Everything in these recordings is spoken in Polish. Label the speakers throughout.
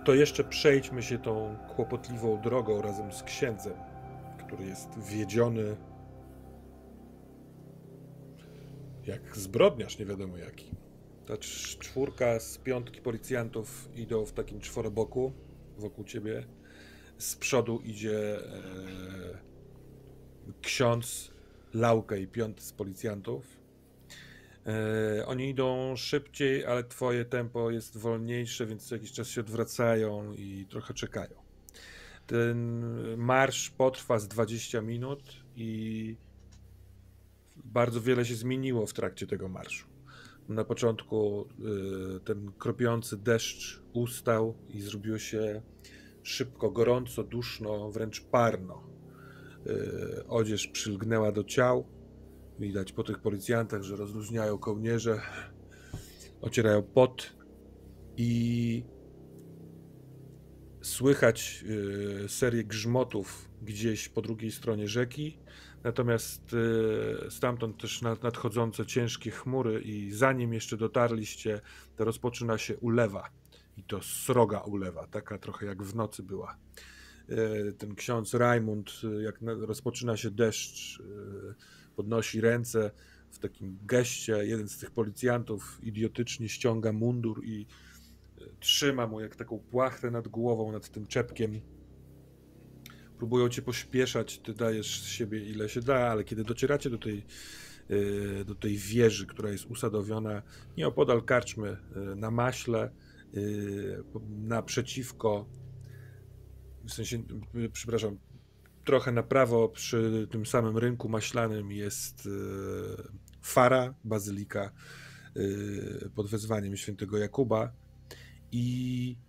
Speaker 1: to jeszcze przejdźmy się tą kłopotliwą drogą razem z księdzem, który jest wiedziony jak zbrodniarz, nie wiadomo jaki. Ta czwórka z piątki policjantów idą w takim czworoboku wokół ciebie. Z przodu idzie ksiądz, Lauka i piąty z policjantów. Oni idą szybciej, ale twoje tempo jest wolniejsze, więc co jakiś czas się odwracają i trochę czekają. Ten marsz potrwa z 20 minut i bardzo wiele się zmieniło w trakcie tego marszu. Na początku ten kropiący deszcz ustał i zrobiło się szybko, gorąco, duszno, wręcz parno. Odzież przylgnęła do ciał. Widać po tych policjantach, że rozluźniają kołnierze, ocierają pot i słychać serię grzmotów gdzieś po drugiej stronie rzeki, natomiast stamtąd też nadchodzące ciężkie chmury i zanim jeszcze dotarliście, to rozpoczyna się ulewa i to sroga ulewa, taka trochę jak w nocy była. Ten ksiądz Rajmund, jak rozpoczyna się deszcz, podnosi ręce w takim geście. Jeden z tych policjantów idiotycznie ściąga mundur i trzyma mu jak taką płachtę nad głową, nad tym czepkiem. Próbują cię pośpieszać, ty dajesz z siebie ile się da, ale kiedy docieracie do tej wieży, która jest usadowiona nieopodal karczmy na maśle, naprzeciwko, w sensie, przepraszam, trochę na prawo przy tym samym rynku maślanym jest fara, bazylika pod wezwaniem świętego Jakuba i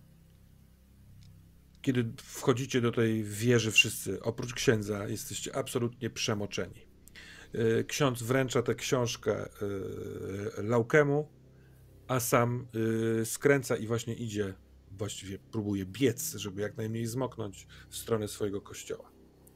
Speaker 1: kiedy wchodzicie do tej wieży wszyscy, oprócz księdza, jesteście absolutnie przemoczeni. Ksiądz wręcza tę książkę Laukemu, a sam skręca i właśnie idzie, właściwie próbuje biec, żeby jak najmniej zmoknąć w stronę swojego kościoła.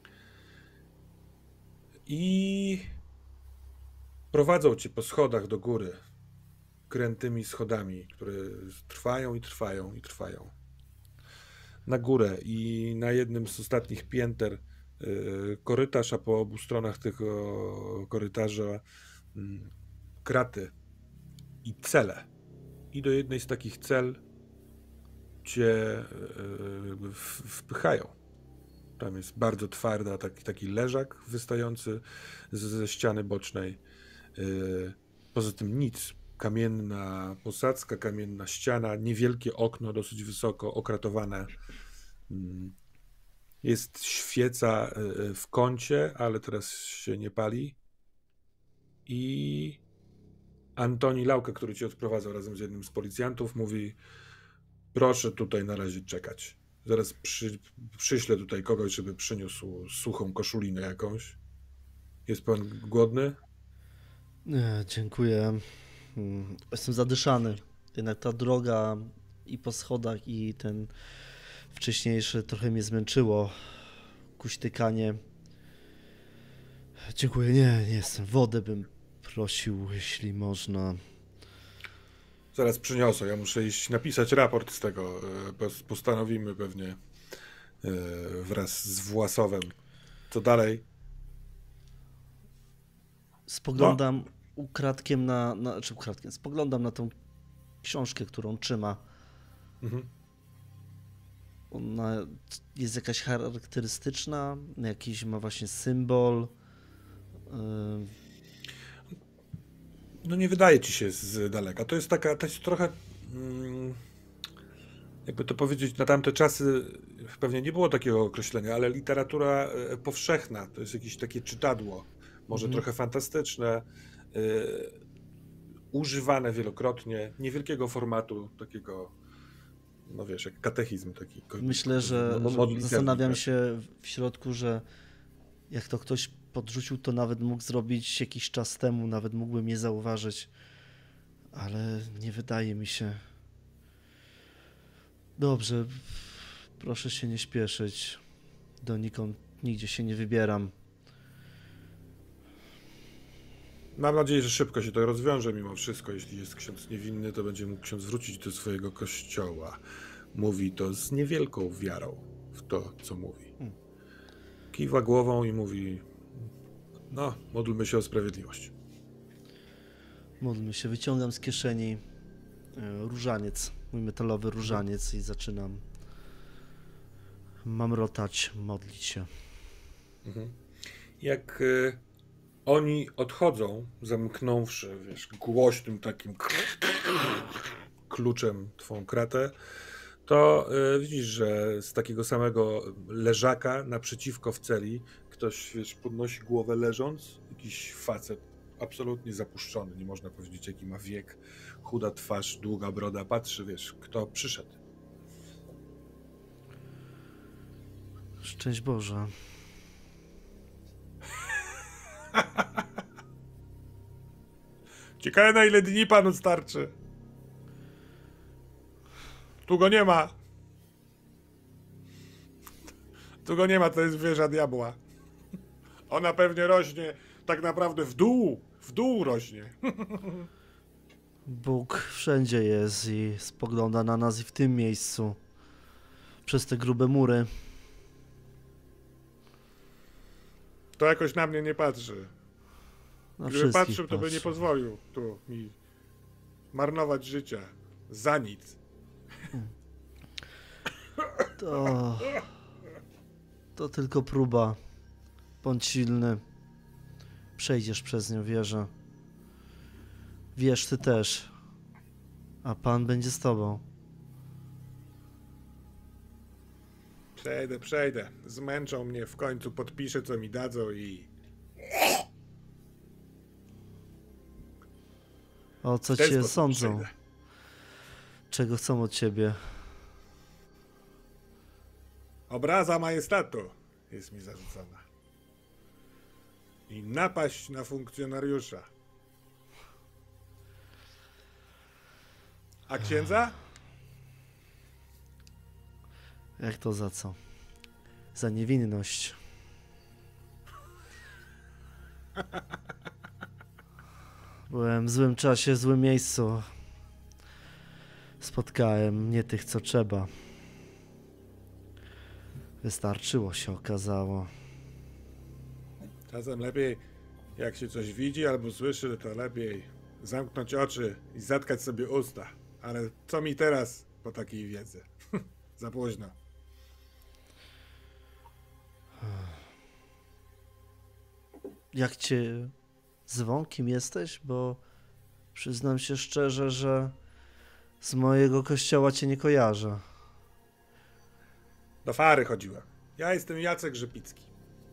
Speaker 1: I prowadzą cię po schodach do góry, krętymi schodami, które trwają i trwają i trwają. Na górę i na jednym z ostatnich pięter korytarz, a po obu stronach tego korytarza kraty i cele. I do jednej z takich cel cię wpychają. Tam jest bardzo twarda, taki leżak wystający ze ściany bocznej. Poza tym nic. Kamienna posadzka, kamienna ściana, niewielkie okno, dosyć wysoko, okratowane. Jest świeca w kącie, ale teraz się nie pali. I Antoni Lauka, który cię odprowadzał razem z jednym z policjantów, mówi: proszę tutaj na razie czekać. Zaraz przyślę tutaj kogoś, żeby przyniósł suchą koszulinę jakąś. Jest pan głodny?
Speaker 2: Nie, dziękuję. Jestem zadyszany. Jednak ta droga i po schodach, i ten wcześniejszy trochę mnie zmęczyło. Kuśtykanie. Dziękuję, nie jestem. Wodę bym prosił, jeśli można.
Speaker 1: Zaraz przyniosę. Ja muszę iść napisać raport z tego. Postanowimy pewnie wraz z Własowem. Co dalej?
Speaker 2: Spoglądam ukradkiem spoglądam na tą książkę, którą trzyma.
Speaker 1: Mhm.
Speaker 2: Ona jest jakaś charakterystyczna, jakiś ma właśnie symbol.
Speaker 1: No nie wydaje ci się z daleka. To jest trochę, jakby to powiedzieć, na tamte czasy pewnie nie było takiego określenia, ale literatura powszechna. To jest jakieś takie czytadło, może trochę fantastyczne, używane wielokrotnie, niewielkiego formatu, takiego, no wiesz, jak katechizm taki.
Speaker 2: Myślę, że zastanawiam się w środku, że jak to ktoś podrzucił, to nawet mógł zrobić jakiś czas temu, nawet mógłbym je zauważyć, ale nie wydaje mi się. Dobrze, proszę się nie śpieszyć. Donikąd nigdzie się nie wybieram.
Speaker 1: Mam nadzieję, że szybko się to rozwiąże mimo wszystko. Jeśli jest ksiądz niewinny, to będzie mógł ksiądz wrócić do swojego kościoła. mówi to z niewielką wiarą w to, co mówi. Kiwa głową i mówi: no, módlmy się o sprawiedliwość.
Speaker 2: Módlmy się. Wyciągam z kieszeni różaniec, mój metalowy różaniec i zaczynam mamrotać, modlić się.
Speaker 1: Jak oni odchodzą, zamknąwszy, wiesz, głośnym takim kluczem twą kratę, to widzisz, że z takiego samego leżaka naprzeciwko w celi ktoś, wiesz, podnosi głowę leżąc, jakiś facet absolutnie zapuszczony, nie można powiedzieć jaki ma wiek, chuda twarz, długa broda, patrzy, wiesz, kto przyszedł.
Speaker 2: Szczęść Boże.
Speaker 1: Ciekawe, na ile dni panu starczy. Tu go nie ma. Tu go nie ma, to jest wieża diabła. Ona pewnie rośnie tak naprawdę w dół rośnie.
Speaker 2: Bóg wszędzie jest i spogląda na nas i w tym miejscu. Przez te grube mury.
Speaker 1: To jakoś na mnie nie patrzy.
Speaker 2: Na
Speaker 1: Gdyby patrzył, to by
Speaker 2: patrzy.
Speaker 1: nie pozwolił tu mi marnować życia. Za nic.
Speaker 2: To tylko próba. Bądź silny. Przejdziesz przez nią, wierzę. Wierz ty też. A Pan będzie z tobą.
Speaker 1: Przejdę. Zmęczą mnie, w końcu podpiszę, co mi dadzą i...
Speaker 2: O co cię sądzą? Przejdę. Czego chcą od ciebie?
Speaker 1: Obraza majestatu jest mi zarzucona. I napaść na funkcjonariusza. A księdza?
Speaker 2: Jak to za co? Za niewinność. Byłem w złym czasie, w złym miejscu. Spotkałem nie tych, co trzeba. Wystarczyło, się okazało.
Speaker 1: Czasem lepiej, jak się coś widzi albo słyszy, to lepiej zamknąć oczy i zatkać sobie usta. Ale co mi teraz po takiej wiedzy? Za późno.
Speaker 2: Jak cię zwą, kim jesteś? Bo przyznam się szczerze, że z mojego kościoła cię nie kojarzę.
Speaker 1: Do Fary chodziłem. Ja jestem Jacek Rzepicki.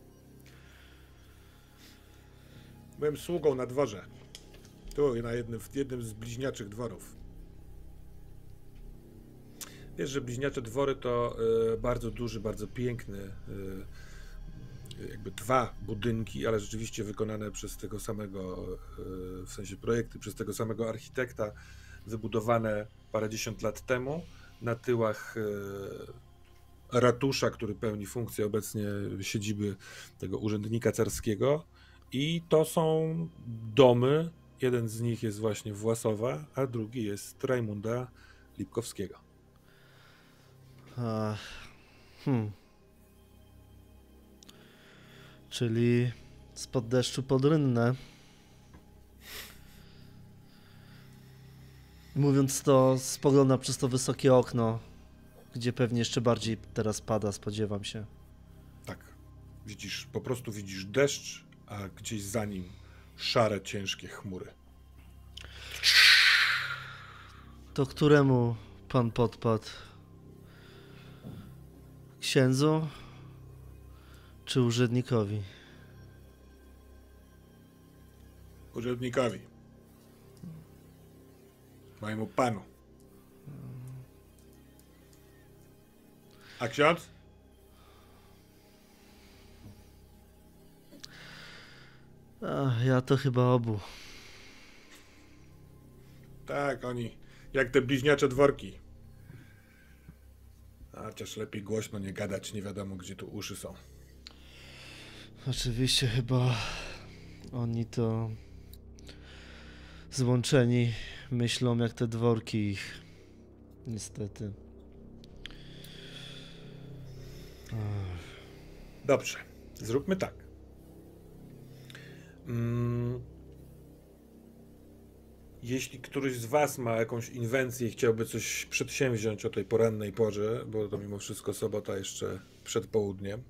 Speaker 1: Byłem sługą na dworze. Tu, w jednym z bliźniaczych dworów. Wiesz, że bliźniacze dwory to bardzo duży, bardzo piękny, jakby dwa budynki, ale rzeczywiście wykonane przez tego samego, w sensie projekty, przez tego samego architekta, wybudowane parędziesiąt lat temu na tyłach ratusza, który pełni funkcję obecnie siedziby tego urzędnika carskiego. I to są domy, jeden z nich jest właśnie Własowa, a drugi jest Rajmunda Lipkowskiego.
Speaker 2: Czyli spod deszczu pod rynnę. Mówiąc to, spoglądam przez to wysokie okno, gdzie pewnie jeszcze bardziej teraz pada, spodziewam się.
Speaker 1: Tak. Po prostu widzisz deszcz, a gdzieś za nim szare, ciężkie chmury.
Speaker 2: To któremu pan podpadł? Księdzu czy urzędnikowi?
Speaker 1: Urzędnikowi. Mojemu panu. A ksiądz?
Speaker 2: Ja to chyba obu.
Speaker 1: Tak, oni jak te bliźniacze dworki. A chociaż lepiej głośno nie gadać, nie wiadomo gdzie tu uszy są.
Speaker 2: Oczywiście chyba oni to złączeni myślą jak te dworki ich. Niestety.
Speaker 1: Dobrze, zróbmy tak. Jeśli któryś z was ma jakąś inwencję i chciałby coś przedsięwziąć o tej porannej porze, bo to mimo wszystko sobota jeszcze przed południem,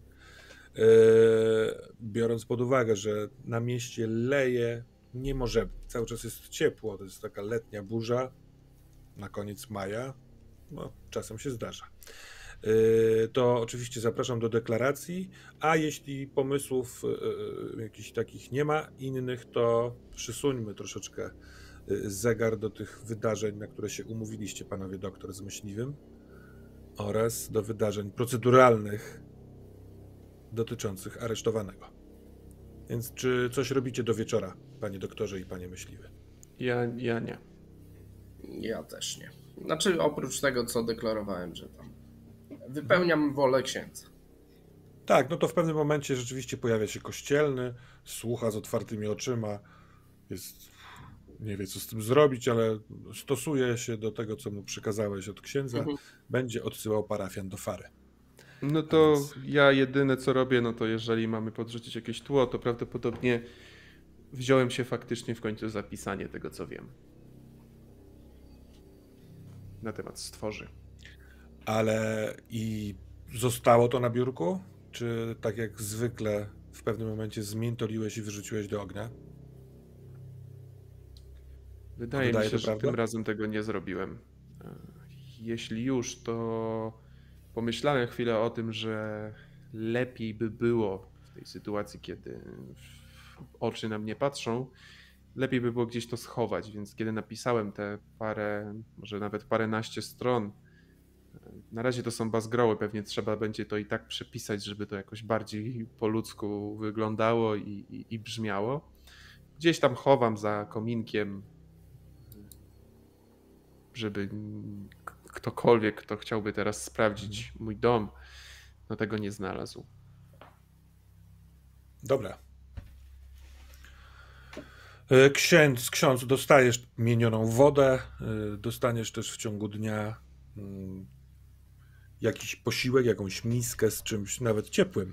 Speaker 1: biorąc pod uwagę, że na mieście leje, nie możemy. Cały czas jest ciepło, to jest taka letnia burza na koniec maja, no czasem się zdarza. To oczywiście zapraszam do deklaracji, a jeśli pomysłów jakichś takich nie ma innych, to przysuńmy troszeczkę zegar do tych wydarzeń, na które się umówiliście, panowie doktor z Myśliwym, oraz do wydarzeń proceduralnych dotyczących aresztowanego. Więc czy coś robicie do wieczora, panie doktorze i panie Myśliwy?
Speaker 3: Ja nie.
Speaker 4: Ja też nie. Znaczy oprócz tego, co deklarowałem, że tam wypełniam wolę księdza.
Speaker 1: Tak, no to w pewnym momencie rzeczywiście pojawia się kościelny, słucha z otwartymi oczyma, nie wie co z tym zrobić, ale stosuje się do tego, co mu przekazałeś od księdza, będzie odsyłał parafian do Fary.
Speaker 3: No to ja jedyne co robię, no to jeżeli mamy podrzucić jakieś tło, to prawdopodobnie wziąłem się faktycznie w końcu za pisanie tego, co wiem na temat stworzy.
Speaker 1: Ale i zostało to na biurku? Czy tak jak zwykle w pewnym momencie zmiętoliłeś i wyrzuciłeś do ognia?
Speaker 3: Wydaje mi się, że tym razem tego nie zrobiłem. Jeśli już, to pomyślałem chwilę o tym, że lepiej by było w tej sytuacji, kiedy oczy na mnie patrzą, lepiej by było gdzieś to schować, więc kiedy napisałem te może nawet paręnaście stron, na razie to są bazgroły, pewnie trzeba będzie to i tak przepisać, żeby to jakoś bardziej po ludzku wyglądało i brzmiało. Gdzieś tam chowam za kominkiem, żeby ktokolwiek, kto chciałby teraz sprawdzić mój dom, no tego nie znalazł.
Speaker 1: Dobra. Ksiądz, dostajesz mienioną wodę, dostaniesz też w ciągu dnia jakiś posiłek, jakąś miskę z czymś nawet ciepłym.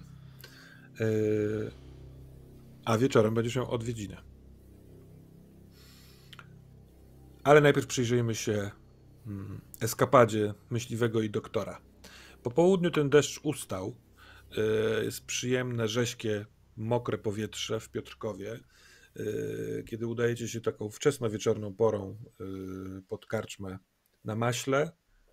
Speaker 1: A wieczorem będziesz miał odwiedzinę. Ale najpierw przyjrzyjmy się eskapadzie Myśliwego i doktora. Po południu ten deszcz ustał. Jest przyjemne, rześkie, mokre powietrze w Piotrkowie. Kiedy udajecie się taką wczesnowieczorną porą pod karczmę na Maśle,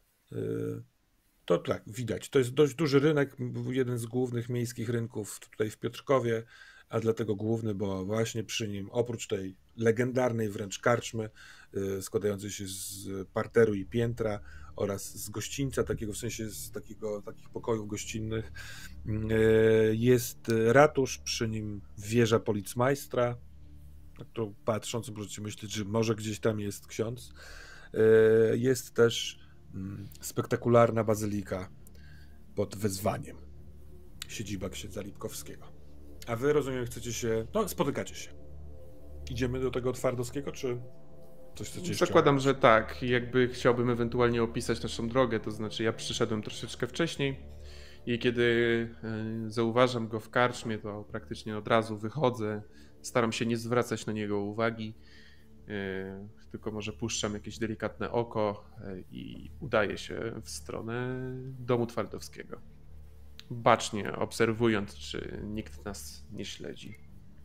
Speaker 1: to tak, widać. To jest dość duży rynek, jeden z głównych miejskich rynków tutaj w Piotrkowie, a dlatego główny, bo właśnie przy nim, oprócz tej legendarnej wręcz karczmy, składającej się z parteru i piętra oraz z gościńca, takiego w sensie z takich pokojów gościnnych, jest ratusz, przy nim wieża policmajstra, na którą patrząc możecie myśleć, że może gdzieś tam jest ksiądz. Jest też spektakularna bazylika pod Wezwaniem, siedziba księdza Lipkowskiego. A wy, rozumiem, chcecie się... No, spotykacie się. Idziemy do tego Twardowskiego, czy coś chcecie jeszcze?
Speaker 3: Zakładam, że tak. Jakby chciałbym ewentualnie opisać naszą drogę, to znaczy ja przyszedłem troszeczkę wcześniej i kiedy zauważam go w karczmie, to praktycznie od razu wychodzę. Staram się nie zwracać na niego uwagi, tylko może puszczam jakieś delikatne oko i udaję się w stronę domu Twardowskiego. Bacznie obserwując, czy nikt nas nie śledzi.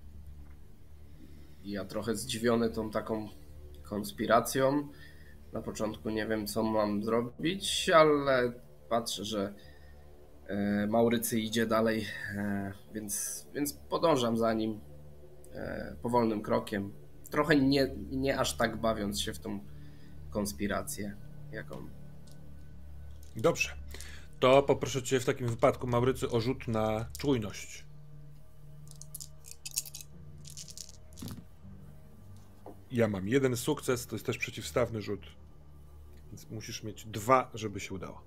Speaker 4: Ja trochę zdziwiony tą taką konspiracją. Na początku nie wiem, co mam zrobić, ale patrzę, że Maurycy idzie dalej, więc podążam za nim powolnym krokiem. Trochę nie aż tak bawiąc się w tą konspirację, jak on.
Speaker 1: Dobrze. To poproszę cię w takim wypadku, Maurycy, o rzut na czujność. Ja mam 1 sukces, to jest też przeciwstawny rzut. Więc musisz mieć 2, żeby się udało.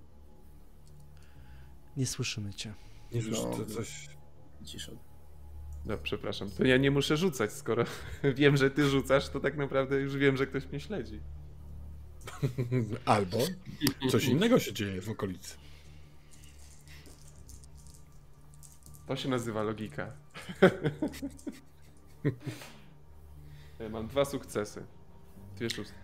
Speaker 2: Nie słyszymy cię.
Speaker 1: Nie słyszycie coś...
Speaker 4: Ciszą.
Speaker 3: No przepraszam, to ja nie muszę rzucać, skoro wiem, że ty rzucasz, to tak naprawdę już wiem, że ktoś mnie śledzi.
Speaker 1: Albo coś innego się dzieje w okolicy.
Speaker 3: To się nazywa logika. Mam 2 sukcesy. 2 szóstki.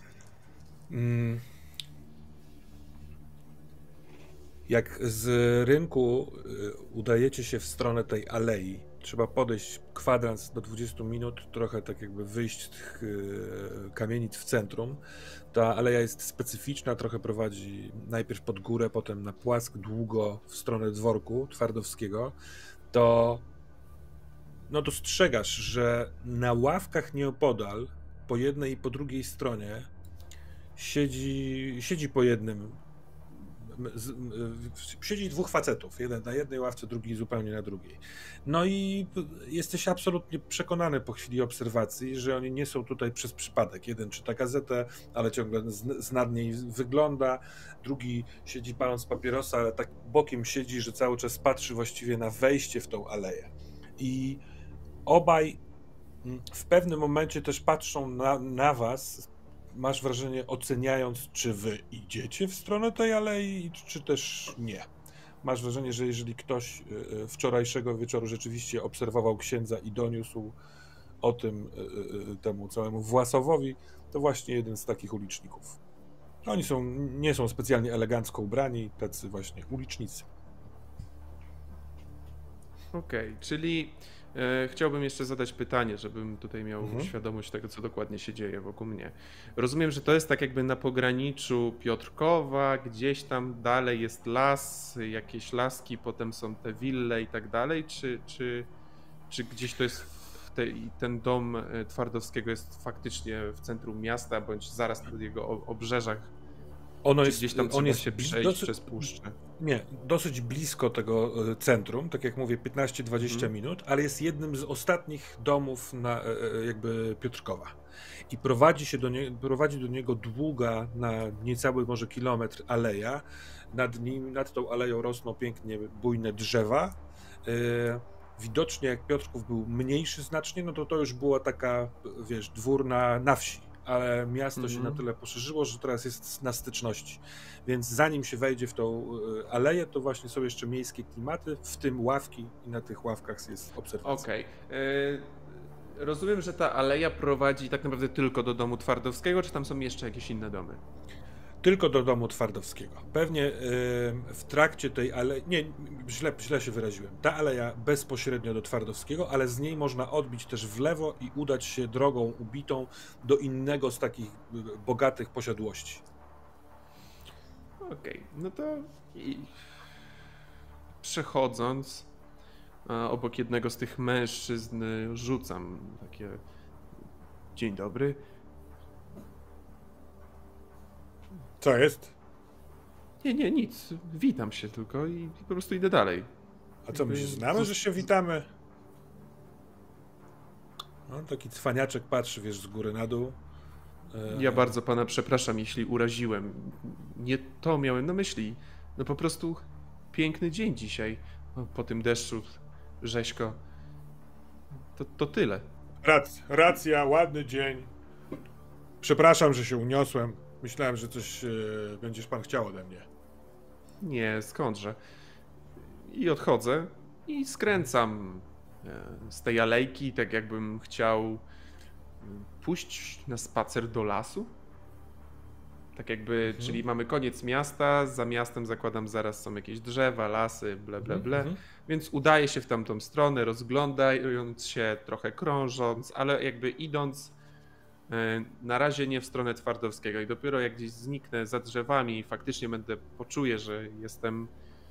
Speaker 1: Jak z rynku udajecie się w stronę tej alei, trzeba podejść kwadrans do 20 minut, trochę tak jakby wyjść z tych kamienic w centrum. Ta aleja jest specyficzna, trochę prowadzi najpierw pod górę, potem na płask, długo w stronę dworku twardowskiego. To dostrzegasz, że na ławkach nieopodal, po jednej i po drugiej stronie, siedzi po jednym. Siedzi 2 facetów, jeden na jednej ławce, drugi zupełnie na drugiej. No i jesteś absolutnie przekonany po chwili obserwacji, że oni nie są tutaj przez przypadek. Jeden czyta gazetę, ale ciągle z nad niej wygląda, drugi siedzi paląc papierosa, ale tak bokiem siedzi, że cały czas patrzy właściwie na wejście w tą aleję. I obaj w pewnym momencie też patrzą na was, masz wrażenie, oceniając, czy wy idziecie w stronę tej alei, czy też nie. Masz wrażenie, że jeżeli ktoś wczorajszego wieczoru rzeczywiście obserwował księdza i doniósł o tym temu całemu Własowowi, to właśnie jeden z takich uliczników. Oni nie są specjalnie elegancko ubrani, tacy właśnie ulicznicy.
Speaker 3: Okej, czyli chciałbym jeszcze zadać pytanie, żebym tutaj miał świadomość tego, co dokładnie się dzieje wokół mnie. Rozumiem, że to jest tak jakby na pograniczu Piotrkowa, gdzieś tam dalej jest las, jakieś laski, potem są te wille i tak dalej, czy gdzieś to jest ten dom Twardowskiego jest faktycznie w centrum miasta, bądź zaraz na jego obrzeżach?
Speaker 1: Ono
Speaker 3: czy
Speaker 1: jest,
Speaker 3: gdzieś tam
Speaker 1: on jest
Speaker 3: się przejść przez puszczę?
Speaker 1: Nie, dosyć blisko tego centrum, tak jak mówię, 15-20 minut, ale jest jednym z ostatnich domów jakby Piotrkowa. I prowadzi do niego długa na niecały może kilometr aleja. Nad tą aleją rosną pięknie bujne drzewa. Widocznie jak Piotrków był mniejszy znacznie, no to już była taka, wiesz, dwór na wsi. Ale miasto się na tyle poszerzyło, że teraz jest na styczności. Więc zanim się wejdzie w tą aleję, to właśnie są jeszcze miejskie klimaty, w tym ławki i na tych ławkach jest obserwacja.
Speaker 3: Okej. Rozumiem, że ta aleja prowadzi tak naprawdę tylko do domu Twardowskiego, czy tam są jeszcze jakieś inne domy?
Speaker 1: Tylko do domu Twardowskiego. Pewnie w trakcie tej alei... Nie, źle się wyraziłem. Ta aleja bezpośrednio do Twardowskiego, ale z niej można odbić też w lewo i udać się drogą ubitą do innego z takich bogatych posiadłości.
Speaker 3: Okej, no to przechodząc obok jednego z tych mężczyzn rzucam takie: dzień dobry.
Speaker 1: Co jest?
Speaker 3: Nie, nic. Witam się tylko i po prostu idę dalej.
Speaker 1: A co, my się znamy, że się witamy? No, taki cwaniaczek patrzy, wiesz, z góry na dół.
Speaker 3: Ja bardzo pana przepraszam, jeśli uraziłem. Nie to miałem na myśli. No po prostu piękny dzień dzisiaj. Po tym deszczu, rzeźko. To tyle.
Speaker 1: Racja, ładny dzień. Przepraszam, że się uniosłem. Myślałem, że coś będziesz pan chciał ode mnie.
Speaker 3: Nie, skądże. I odchodzę i skręcam z tej alejki, tak jakbym chciał pójść na spacer do lasu. Tak jakby, czyli mamy koniec miasta, za miastem zakładam zaraz są jakieś drzewa, lasy, ble. Więc udaję się w tamtą stronę, rozglądając się, trochę krążąc, ale jakby idąc na razie nie w stronę Twardowskiego i dopiero jak gdzieś zniknę za drzewami i faktycznie poczuję, że jestem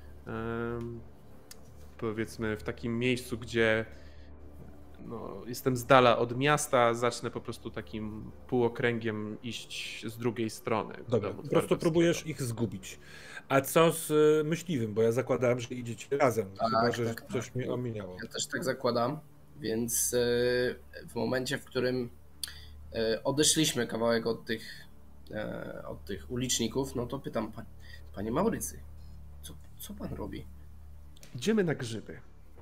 Speaker 3: powiedzmy w takim miejscu, gdzie jestem z dala od miasta, zacznę po prostu takim półokręgiem iść z drugiej strony.
Speaker 1: Dobra, po prostu próbujesz ich zgubić. A co z myśliwym? Bo ja zakładałem, że idziecie razem, chyba że coś mnie ominęło.
Speaker 4: Ja też tak zakładam, więc w momencie, w którym odeszliśmy kawałek od tych uliczników, no to pytam, panie Maurycy, co pan robi?
Speaker 3: Idziemy na grzyby.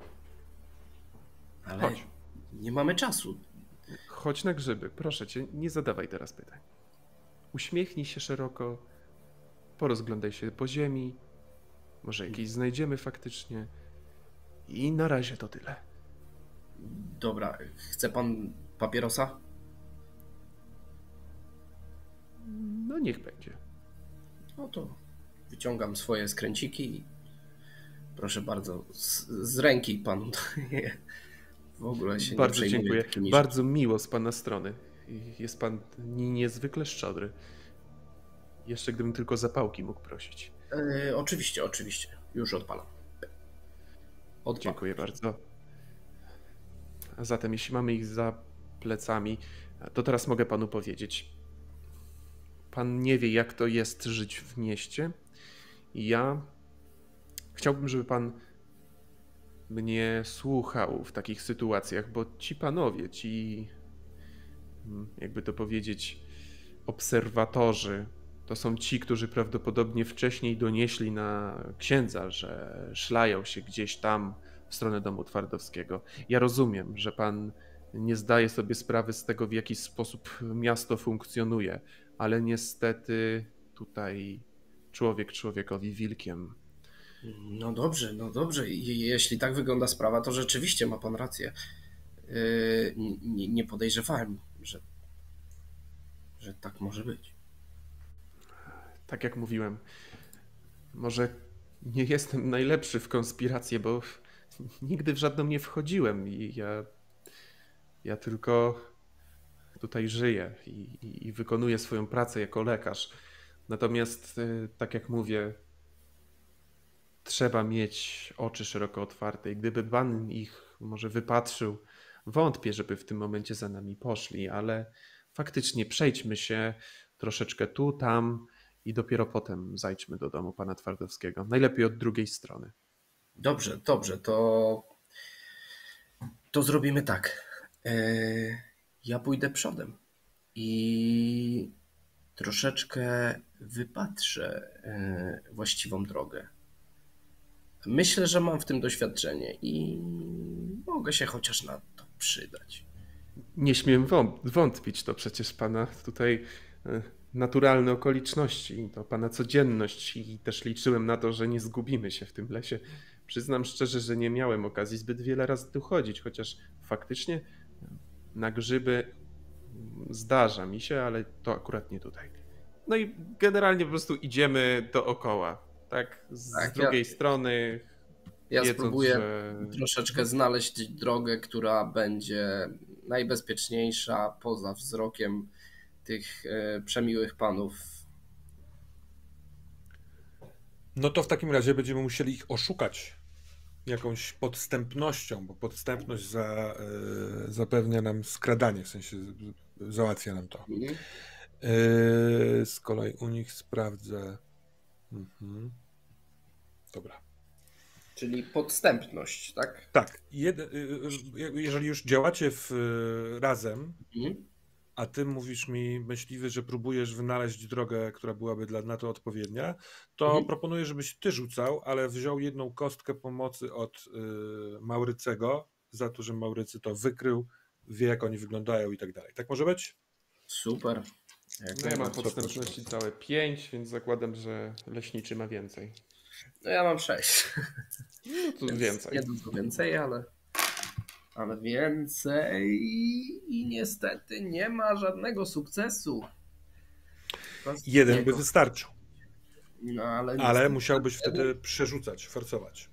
Speaker 4: Ale
Speaker 3: chodź.
Speaker 4: Nie mamy czasu.
Speaker 3: Chodź na grzyby, proszę cię, nie zadawaj teraz pytań. Uśmiechnij się szeroko, porozglądaj się po ziemi, może jakieś znajdziemy faktycznie. I na razie to tyle.
Speaker 4: Dobra, chce pan papierosa?
Speaker 3: No niech będzie.
Speaker 4: No to wyciągam swoje skręciki i proszę bardzo, z ręki panu. W ogóle się
Speaker 3: bardzo
Speaker 4: nie
Speaker 3: dziękuję.
Speaker 4: takimi
Speaker 3: Bardzo miło z pana strony. Jest pan niezwykle szczodry. Jeszcze gdybym tylko zapałki mógł prosić.
Speaker 4: Oczywiście. Już odpalam.
Speaker 3: Dziękuję bardzo. A zatem jeśli mamy ich za plecami, to teraz mogę panu powiedzieć. Pan nie wie, jak to jest żyć w mieście. I ja chciałbym, żeby pan mnie słuchał w takich sytuacjach, bo ci panowie, jakby to powiedzieć, obserwatorzy, to są ci, którzy prawdopodobnie wcześniej donieśli na księdza, że szlają się gdzieś tam w stronę domu Twardowskiego. Ja rozumiem, że pan nie zdaje sobie sprawy z tego, w jaki sposób miasto funkcjonuje, ale niestety tutaj człowiek człowiekowi wilkiem.
Speaker 4: No dobrze. Jeśli tak wygląda sprawa, to rzeczywiście ma pan rację. Nie podejrzewałem, że tak może być.
Speaker 3: Tak jak mówiłem, może nie jestem najlepszy w konspirację, bo nigdy w żadną nie wchodziłem i ja tylko tutaj żyję i wykonuję swoją pracę jako lekarz. Natomiast, tak jak mówię, trzeba mieć oczy szeroko otwarte i gdyby pan ich może wypatrzył, wątpię, żeby w tym momencie za nami poszli, ale faktycznie przejdźmy się troszeczkę tu, tam i dopiero potem zajdźmy do domu pana Twardowskiego. Najlepiej od drugiej strony.
Speaker 4: Dobrze, to zrobimy tak. Ja pójdę przodem i troszeczkę wypatrzę właściwą drogę. Myślę, że mam w tym doświadczenie i mogę się chociaż na to przydać.
Speaker 3: Nie śmiem wątpić, to przecież pana tutaj naturalne okoliczności, to pana codzienność i też liczyłem na to, że nie zgubimy się w tym lesie. Przyznam szczerze, że nie miałem okazji zbyt wiele razy tu chodzić, chociaż faktycznie na grzyby zdarza mi się, ale to akurat nie tutaj. No i generalnie po prostu idziemy dookoła, tak? Z drugiej strony.
Speaker 4: Ja
Speaker 3: wiedząc,
Speaker 4: spróbuję
Speaker 3: że...
Speaker 4: troszeczkę znaleźć drogę, która będzie najbezpieczniejsza poza wzrokiem tych przemiłych panów.
Speaker 1: No to w takim razie będziemy musieli ich oszukać jakąś podstępnością, bo podstępność zapewnia nam skradanie, w sensie załatwia nam to. Z kolei u nich sprawdzę. Dobra.
Speaker 4: Czyli podstępność, tak?
Speaker 1: Tak. Jeżeli już działacie razem, a ty mówisz mi, myśliwy, że próbujesz wynaleźć drogę, która byłaby na to odpowiednia, to proponuję, żebyś ty rzucał, ale wziął jedną kostkę pomocy od Maurycego, za to, że Maurycy to wykrył, wie jak oni wyglądają i tak dalej. Tak może być?
Speaker 4: Super.
Speaker 3: No ja mam podstępności całe 5, więc zakładam, że leśniczy ma więcej.
Speaker 4: No ja mam 6.
Speaker 3: No to więcej.
Speaker 4: Nie dużo więcej, ale więcej i niestety nie ma żadnego sukcesu.
Speaker 1: Jeden by wystarczył.
Speaker 4: No,
Speaker 1: ale musiałbyś wtedy przerzucać, forsować.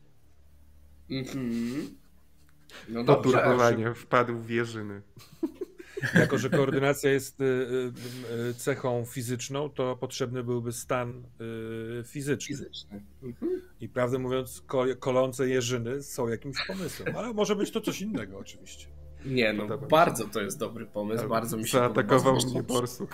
Speaker 4: No
Speaker 3: Poturbowanie wpadł w jeżyny.
Speaker 1: Jako że koordynacja jest cechą fizyczną, to potrzebny byłby stan fizyczny. I prawdę mówiąc, kolące jeżyny są jakimś pomysłem, ale może być to coś innego oczywiście.
Speaker 4: Nie, no bardzo to jest dobry pomysł, bardzo mi się
Speaker 3: zaatakował mnie borsuk.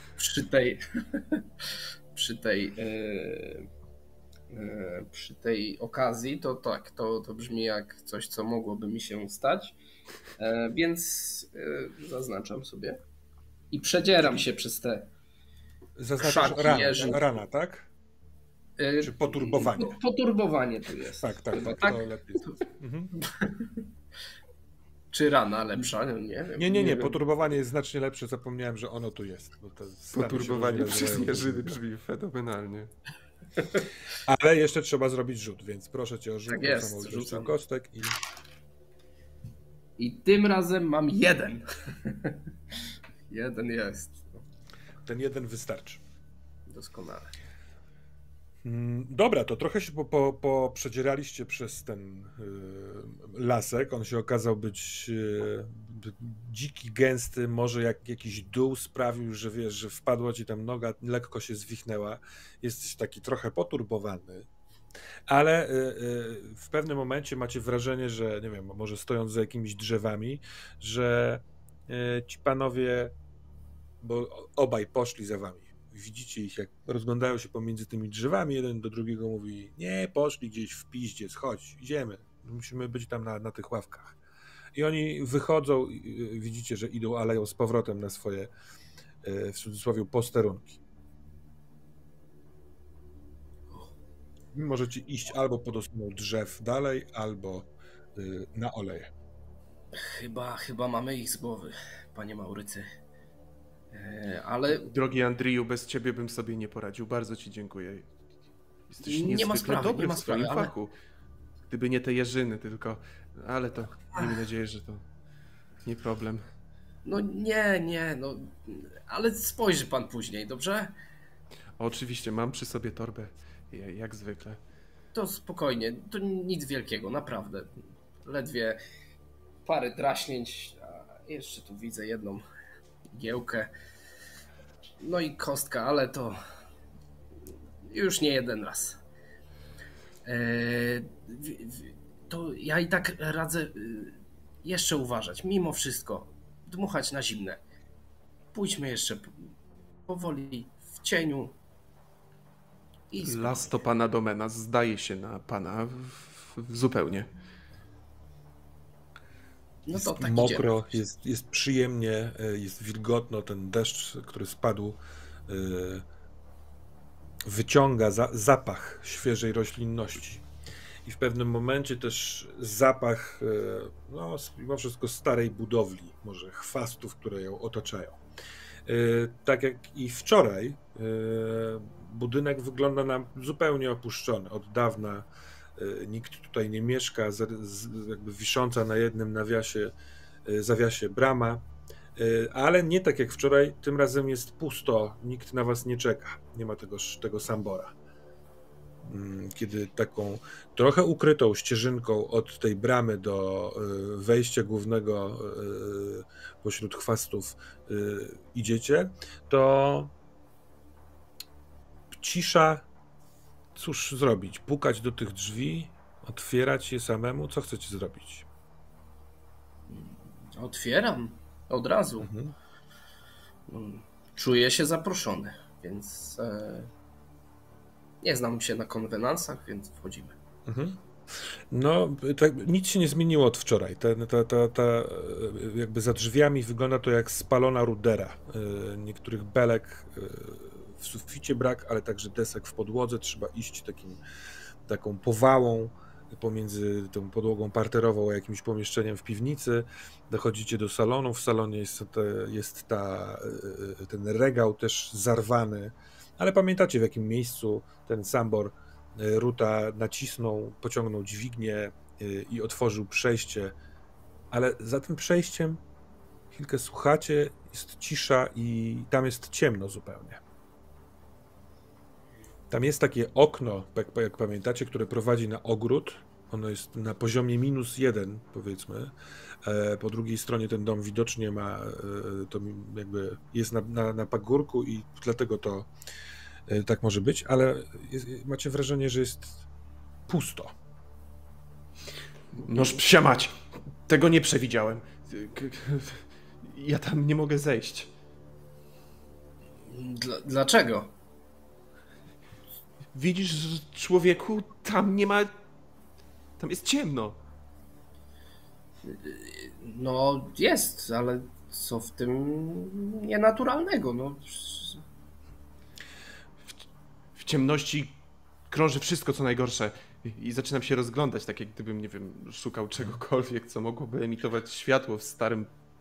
Speaker 4: Przy tej okazji to tak, to brzmi jak coś, co mogłoby mi się stać, więc zaznaczam sobie i przedzieram się przez te
Speaker 1: Zaznaczasz rana, tak? Czy poturbowanie?
Speaker 4: Poturbowanie tu jest.
Speaker 1: Tak,
Speaker 4: tak?
Speaker 1: To lepiej.
Speaker 4: Czy rana lepsza? Nie wiem.
Speaker 1: Nie, poturbowanie jest znacznie lepsze, zapomniałem, że ono tu jest. Bo to
Speaker 3: poturbowanie przez jeżyny brzmi fenomenalnie.
Speaker 1: Ale jeszcze trzeba zrobić rzut, więc proszę cię o rzut.
Speaker 4: Tak jest, rzucam
Speaker 1: kostek
Speaker 4: i tym razem mam 1. 1 jest.
Speaker 1: Ten 1 wystarczy.
Speaker 4: Doskonale.
Speaker 1: Dobra, to trochę się przedzieraliście przez ten lasek. On się okazał być dziki, gęsty, może jakiś dół sprawił, że wiesz, że wpadła ci tam noga, lekko się zwichnęła. Jesteś taki trochę poturbowany, ale w pewnym momencie macie wrażenie, że nie wiem, może stojąc za jakimiś drzewami, że ci panowie, bo obaj poszli za wami. Widzicie ich, jak rozglądają się pomiędzy tymi drzewami, jeden do drugiego mówi: nie, poszli gdzieś w piździec, chodź, idziemy, musimy być tam na tych ławkach. I oni wychodzą, widzicie, że idą aleją z powrotem na swoje, w cudzysłowie, posterunki. Możecie iść albo pod osłoną drzew dalej, albo na oleje.
Speaker 4: Chyba mamy ich z głowy, panie Maurycy. Ale...
Speaker 3: Drogi Andriju, bez ciebie bym sobie nie poradził. Bardzo ci dziękuję. Jesteś niezwykle dobry w swoim fachu. Gdyby nie te jeżyny tylko. Ale to miejmy nadzieję, że to nie problem.
Speaker 4: No nie, no. Ale spojrzy pan później, dobrze?
Speaker 3: Oczywiście, mam przy sobie torbę, jak zwykle.
Speaker 4: To spokojnie, to nic wielkiego, naprawdę. Ledwie parę draśnięć, a jeszcze tu widzę jedną igiełkę. No i kostka, ale to już nie jeden raz. To ja i tak radzę jeszcze uważać, mimo wszystko, dmuchać na zimne. Pójdźmy jeszcze powoli w cieniu.
Speaker 3: Las to pana domena, zdaje się na pana zupełnie.
Speaker 4: No to tak
Speaker 1: mokro, jest przyjemnie, jest wilgotno, ten deszcz, który spadł, wyciąga zapach świeżej roślinności. I w pewnym momencie też zapach, no mimo wszystko starej budowli, może chwastów, które ją otaczają. Tak jak i wczoraj, budynek wygląda nam zupełnie opuszczony. Od dawna nikt tutaj nie mieszka, jakby wisząca na jednym zawiasie brama, ale nie tak jak wczoraj, tym razem jest pusto, nikt na was nie czeka, nie ma tego Sambora. Kiedy taką trochę ukrytą ścieżynką od tej bramy do wejścia głównego pośród chwastów idziecie, to cisza. Cóż zrobić? Pukać do tych drzwi? Otwierać je samemu? Co chcecie zrobić?
Speaker 4: Otwieram od razu. Czuję się zaproszony, więc nie znam się na konwenansach, więc wchodzimy.
Speaker 1: No, tak, nic się nie zmieniło od wczoraj. Jakby za drzwiami wygląda to jak spalona rudera. Niektórych belek w suficie brak, ale także desek w podłodze. Trzeba iść taką powałą pomiędzy tą podłogą parterową a jakimś pomieszczeniem w piwnicy. Dochodzicie do salonu. W salonie jest ten regał też zarwany, ale pamiętacie, w jakim miejscu ten Sambor Ruta nacisnął, pociągnął dźwignię i otworzył przejście, ale za tym przejściem chwilkę słuchacie, jest cisza i tam jest ciemno zupełnie. Tam jest takie okno, jak pamiętacie, które prowadzi na ogród. Ono jest na poziomie -1, powiedzmy. Po drugiej stronie ten dom widocznie ma, to jakby jest na pagórku i dlatego to tak może być, ale macie wrażenie, że jest pusto.
Speaker 3: Noż psia mać! Tego nie przewidziałem. Ja tam nie mogę zejść.
Speaker 4: Dlaczego?
Speaker 3: Widzisz, człowieku, tam nie ma... Tam jest ciemno.
Speaker 4: No jest, ale co w tym nienaturalnego? No.
Speaker 3: W ciemności krąży wszystko, co najgorsze. I zaczynam się rozglądać, tak jak gdybym, nie wiem, szukał czegokolwiek, co mogłoby emitować światło w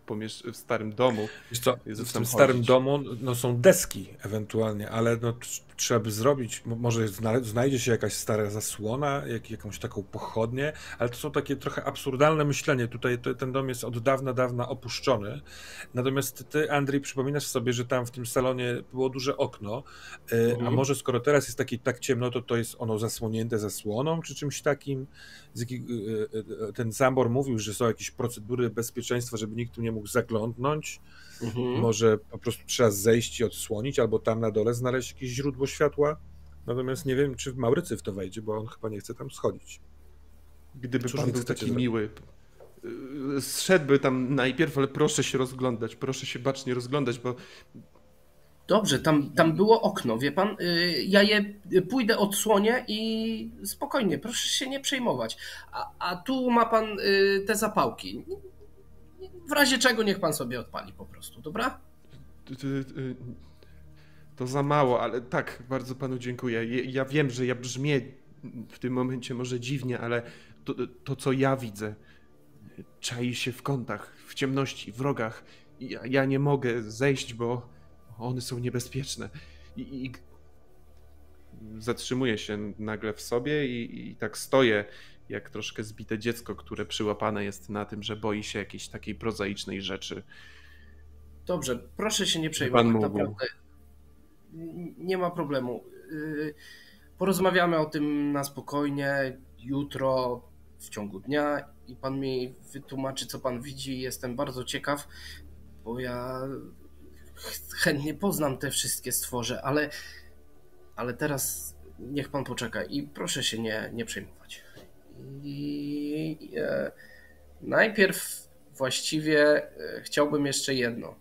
Speaker 3: starym domu.
Speaker 1: Wiesz co, w tym starym domu no, są deski ewentualnie, ale no, trzeba by zrobić, może znajdzie się jakaś stara zasłona, jakąś taką pochodnię, ale to są takie trochę absurdalne myślenie. Tutaj ten dom jest od dawna opuszczony. Natomiast ty, Andrzej, przypominasz sobie, że tam w tym salonie było duże okno, a może skoro teraz jest tak ciemno, to jest ono zasłonięte zasłoną, czy czymś takim? Ten Sambor mówił, że są jakieś procedury bezpieczeństwa, żeby nikt tu nie mógł zaglądnąć. Może po prostu trzeba zejść i odsłonić, albo tam na dole znaleźć jakieś źródło światła. Natomiast nie wiem, czy Maurycy w to wejdzie, bo on chyba nie chce tam schodzić.
Speaker 3: Gdyby pan był taki miły, zszedłby tam najpierw, ale proszę się rozglądać, proszę się bacznie rozglądać, bo...
Speaker 4: Dobrze, tam było okno, wie pan? Ja je pójdę, odsłonię i spokojnie, proszę się nie przejmować. A tu ma pan te zapałki. W razie czego niech pan sobie odpali po prostu, dobra?
Speaker 3: To za mało, ale tak, bardzo panu dziękuję. Ja wiem, że ja brzmię w tym momencie może dziwnie, ale to co ja widzę, czai się w kątach, w ciemności, w rogach. Ja nie mogę zejść, bo one są niebezpieczne. I zatrzymuję się nagle w sobie i tak stoję, jak troszkę zbite dziecko, które przyłapane jest na tym, że boi się jakiejś takiej prozaicznej rzeczy.
Speaker 4: Dobrze, proszę się nie przejmować, naprawdę. Nie ma problemu. Porozmawiamy o tym na spokojnie, jutro, w ciągu dnia i pan mi wytłumaczy, co pan widzi. Jestem bardzo ciekaw, bo ja chętnie poznam te wszystkie stworze, ale teraz niech pan poczeka i proszę się nie przejmować. Najpierw właściwie chciałbym jeszcze jedno.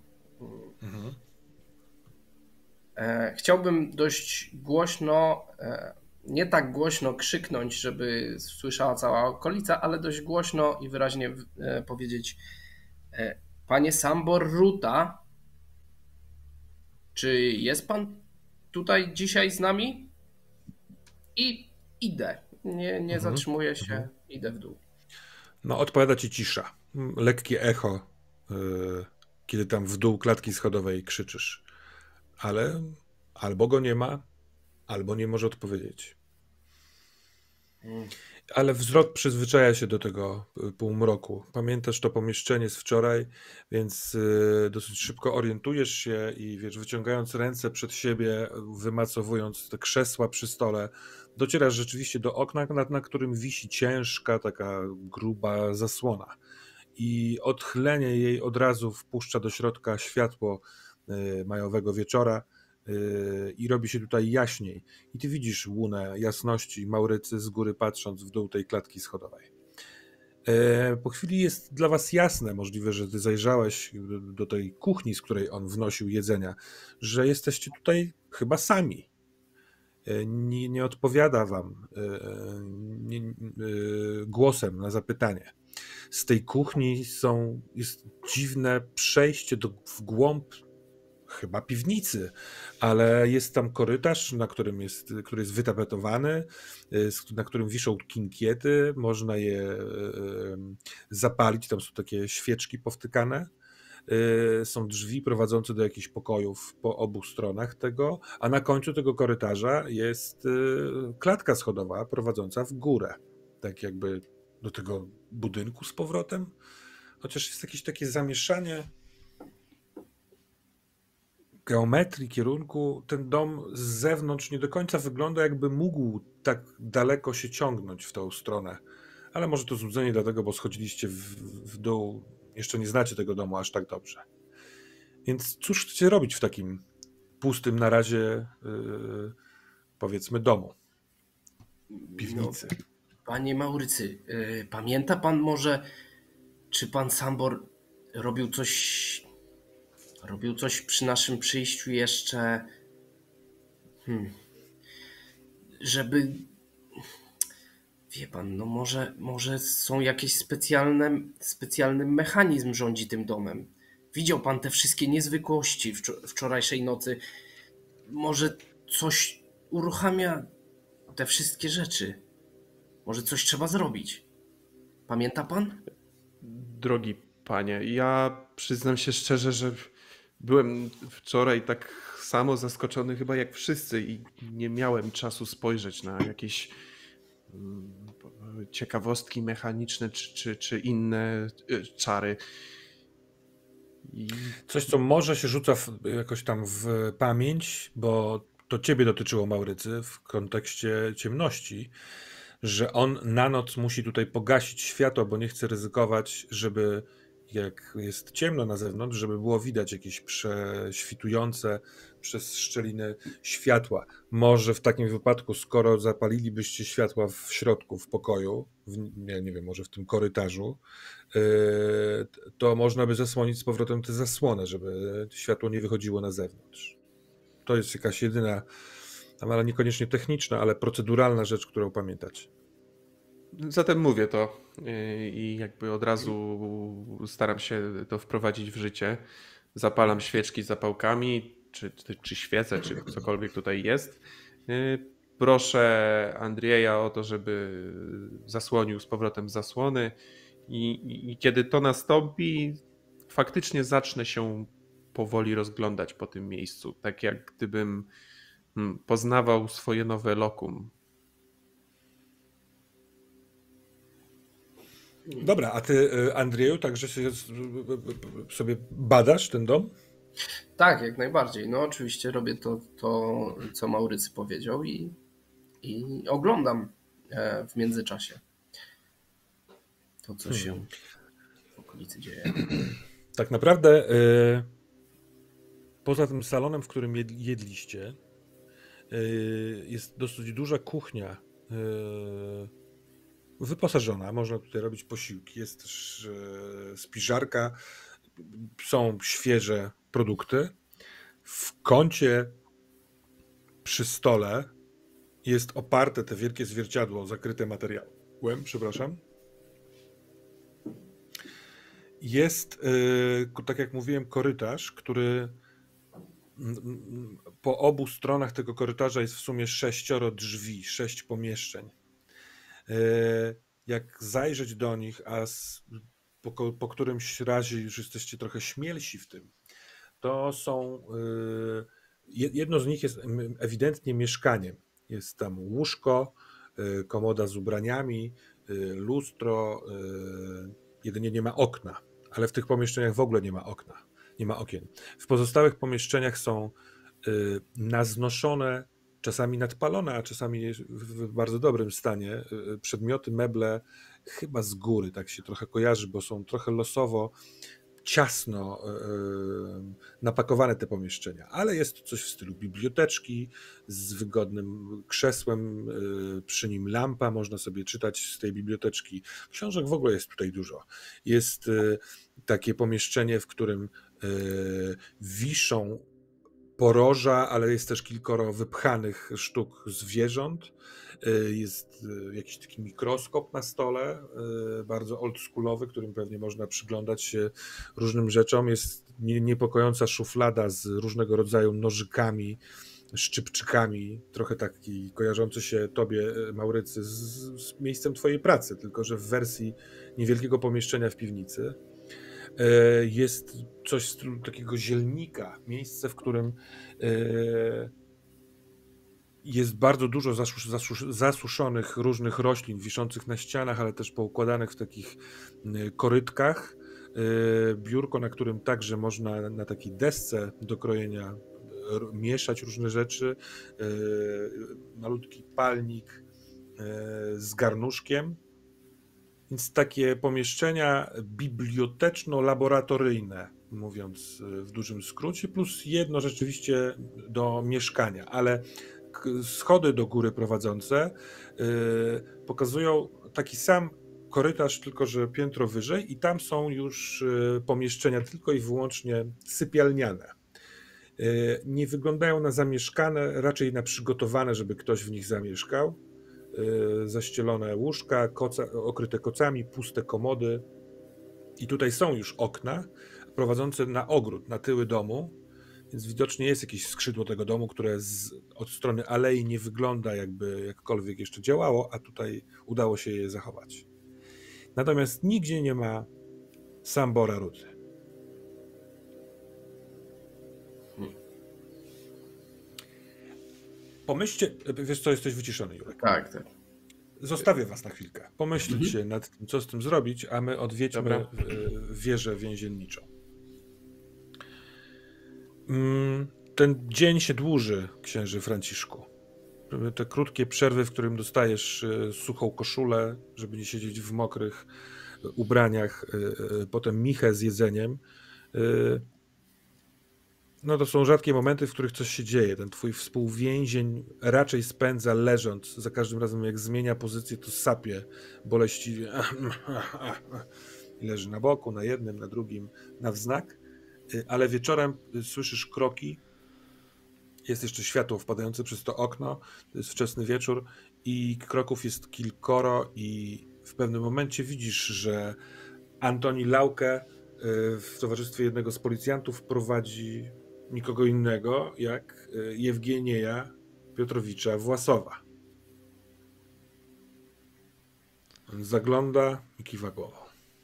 Speaker 4: Chciałbym dość głośno, nie tak głośno krzyknąć, żeby słyszała cała okolica, ale dość głośno i wyraźnie powiedzieć: Panie Sambor Ruta, czy jest pan tutaj dzisiaj z nami? I idę. Nie zatrzymuję się, idę w dół.
Speaker 1: No, odpowiada ci cisza. Lekkie echo, kiedy tam w dół klatki schodowej krzyczysz. Ale albo go nie ma, albo nie może odpowiedzieć. Ale wzrok przyzwyczaja się do tego półmroku. Pamiętasz to pomieszczenie z wczoraj, więc dosyć szybko orientujesz się i wiesz, wyciągając ręce przed siebie, wymacowując te krzesła przy stole, docierasz rzeczywiście do okna, na którym wisi ciężka, taka gruba zasłona. I odchylenie jej od razu wpuszcza do środka światło majowego wieczora i robi się tutaj jaśniej. I ty widzisz łunę jasności Maurycy z góry patrząc w dół tej klatki schodowej. Po chwili jest dla was jasne, możliwe, że ty zajrzałeś do tej kuchni, z której on wnosił jedzenia, że jesteście tutaj chyba sami. Nie odpowiada wam głosem na zapytanie. Z tej kuchni jest dziwne przejście w głąb chyba piwnicy, ale jest tam korytarz, który jest wytapetowany, na którym wiszą kinkiety, można je zapalić, tam są takie świeczki powtykane. Są drzwi prowadzące do jakichś pokojów po obu stronach tego, a na końcu tego korytarza jest klatka schodowa prowadząca w górę, tak jakby do tego budynku z powrotem, chociaż jest jakieś takie zamieszanie geometrii, kierunku. Ten dom z zewnątrz nie do końca wygląda, jakby mógł tak daleko się ciągnąć w tą stronę, ale może to złudzenie dlatego, bo schodziliście w dół, jeszcze nie znacie tego domu aż tak dobrze. Więc cóż chcecie robić w takim pustym na razie, powiedzmy, domu, piwnicy?
Speaker 4: No, panie Maurycy, pamięta pan może, czy pan Sambor robił coś przy naszym przyjściu jeszcze, żeby, wie pan, no może są jakieś specjalny mechanizm rządzi tym domem. Widział pan te wszystkie niezwykłości wczorajszej nocy. Może coś uruchamia te wszystkie rzeczy. Może coś trzeba zrobić. Pamięta pan?
Speaker 3: Drogi panie, ja przyznam się szczerze, że Byłem wczoraj tak samo zaskoczony chyba jak wszyscy i nie miałem czasu spojrzeć na jakieś ciekawostki mechaniczne czy inne czary.
Speaker 1: Coś, co może się rzuca jakoś tam w pamięć, bo to ciebie dotyczyło, Maurycy, w kontekście ciemności, że on na noc musi tutaj pogasić światło, bo nie chce ryzykować, żeby jak jest ciemno na zewnątrz, żeby było widać jakieś prześwitujące przez szczeliny światła. Może w takim wypadku, skoro zapalilibyście światła w środku, w pokoju, nie wiem, może w tym korytarzu, to można by zasłonić z powrotem tę zasłonę, żeby światło nie wychodziło na zewnątrz. To jest jakaś jedyna, ale niekoniecznie techniczna, ale proceduralna rzecz, którą pamiętać.
Speaker 3: Zatem mówię to i jakby od razu staram się to wprowadzić w życie. Zapalam świeczki z zapałkami, czy świece, czy cokolwiek tutaj jest. Proszę Andrzeja o to, żeby zasłonił z powrotem zasłony i kiedy to nastąpi, faktycznie zacznę się powoli rozglądać po tym miejscu, tak jak gdybym poznawał swoje nowe lokum.
Speaker 1: Dobra, a ty, Andrzeju, także sobie badasz ten dom?
Speaker 4: Tak, jak najbardziej. No oczywiście robię to co Maurycy powiedział i oglądam w międzyczasie to, co się w okolicy dzieje.
Speaker 1: Tak naprawdę poza tym salonem, w którym jedliście, jest dosyć duża kuchnia wyposażona. Można tutaj robić posiłki. Jest też spiżarka. Są świeże produkty. W kącie przy stole jest oparte te wielkie zwierciadło zakryte materiałem. Przepraszam. Jest, tak jak mówiłem, korytarz, który po obu stronach tego korytarza jest w sumie 6 drzwi, 6 pomieszczeń. Jak zajrzeć do nich, a po którymś razie już jesteście trochę śmielsi w tym, to są, jedno z nich jest ewidentnie mieszkaniem. Jest tam łóżko, komoda z ubraniami, lustro, jedynie nie ma okna, ale w tych pomieszczeniach w ogóle nie ma okna, nie ma okien. W pozostałych pomieszczeniach są naznoszone, czasami nadpalone, a czasami w bardzo dobrym stanie przedmioty, meble, chyba z góry, tak się trochę kojarzy, bo są trochę losowo, ciasno napakowane te pomieszczenia, ale jest coś w stylu biblioteczki z wygodnym krzesłem, przy nim lampa, można sobie czytać z tej biblioteczki. Książek w ogóle jest tutaj dużo. Jest takie pomieszczenie, w którym wiszą poroża, ale jest też kilkoro wypchanych sztuk zwierząt. Jest jakiś taki mikroskop na stole, bardzo oldschoolowy, którym pewnie można przyglądać się różnym rzeczom. Jest niepokojąca szuflada z różnego rodzaju nożykami, szczypczykami, trochę taki kojarzący się tobie, Maurycy, z miejscem twojej pracy, tylko że w wersji niewielkiego pomieszczenia w piwnicy. Jest coś w stylu takiego zielnika, miejsce, w którym jest bardzo dużo zasuszonych różnych roślin wiszących na ścianach, ale też poukładanych w takich korytkach. Biurko, na którym także można na takiej desce do krojenia mieszać różne rzeczy. Malutki palnik z garnuszkiem. Więc takie pomieszczenia biblioteczno-laboratoryjne, mówiąc w dużym skrócie, plus jedno rzeczywiście do mieszkania, ale schody do góry prowadzące pokazują taki sam korytarz, tylko że piętro wyżej i tam są już pomieszczenia tylko i wyłącznie sypialniane. Nie wyglądają na zamieszkane, raczej na przygotowane, żeby ktoś w nich zamieszkał. Zaścielone łóżka, okryte kocami, puste komody. I tutaj są już okna prowadzące na ogród, na tyły domu, więc widocznie jest jakieś skrzydło tego domu, które od strony alei nie wygląda, jakby jakkolwiek jeszcze działało, a tutaj udało się je zachować. Natomiast nigdzie nie ma Sambora Ruty. Pomyślcie, wiesz co, jesteś wyciszony, Jurek.
Speaker 4: Tak.
Speaker 1: Zostawię was na chwilkę. Pomyślcie nad tym, co z tym zrobić, a my odwiedźmy wieżę więzienniczą. Ten dzień się dłuży, księży Franciszku. Te krótkie przerwy, w którym dostajesz suchą koszulę, żeby nie siedzieć w mokrych ubraniach, potem michę z jedzeniem. No to są rzadkie momenty, w których coś się dzieje. Ten twój współwięzień raczej spędza leżąc. Za każdym razem, jak zmienia pozycję, to sapie boleściwie. I leży na boku, na jednym, na drugim, na wznak. Ale wieczorem słyszysz kroki. Jest jeszcze światło wpadające przez to okno. To jest wczesny wieczór i kroków jest kilkoro i w pewnym momencie widzisz, że Antoni Laukę w towarzystwie jednego z policjantów prowadzi nikogo innego jak Jewgenieja Piotrowicza Własowa. On zagląda i kiwa głową.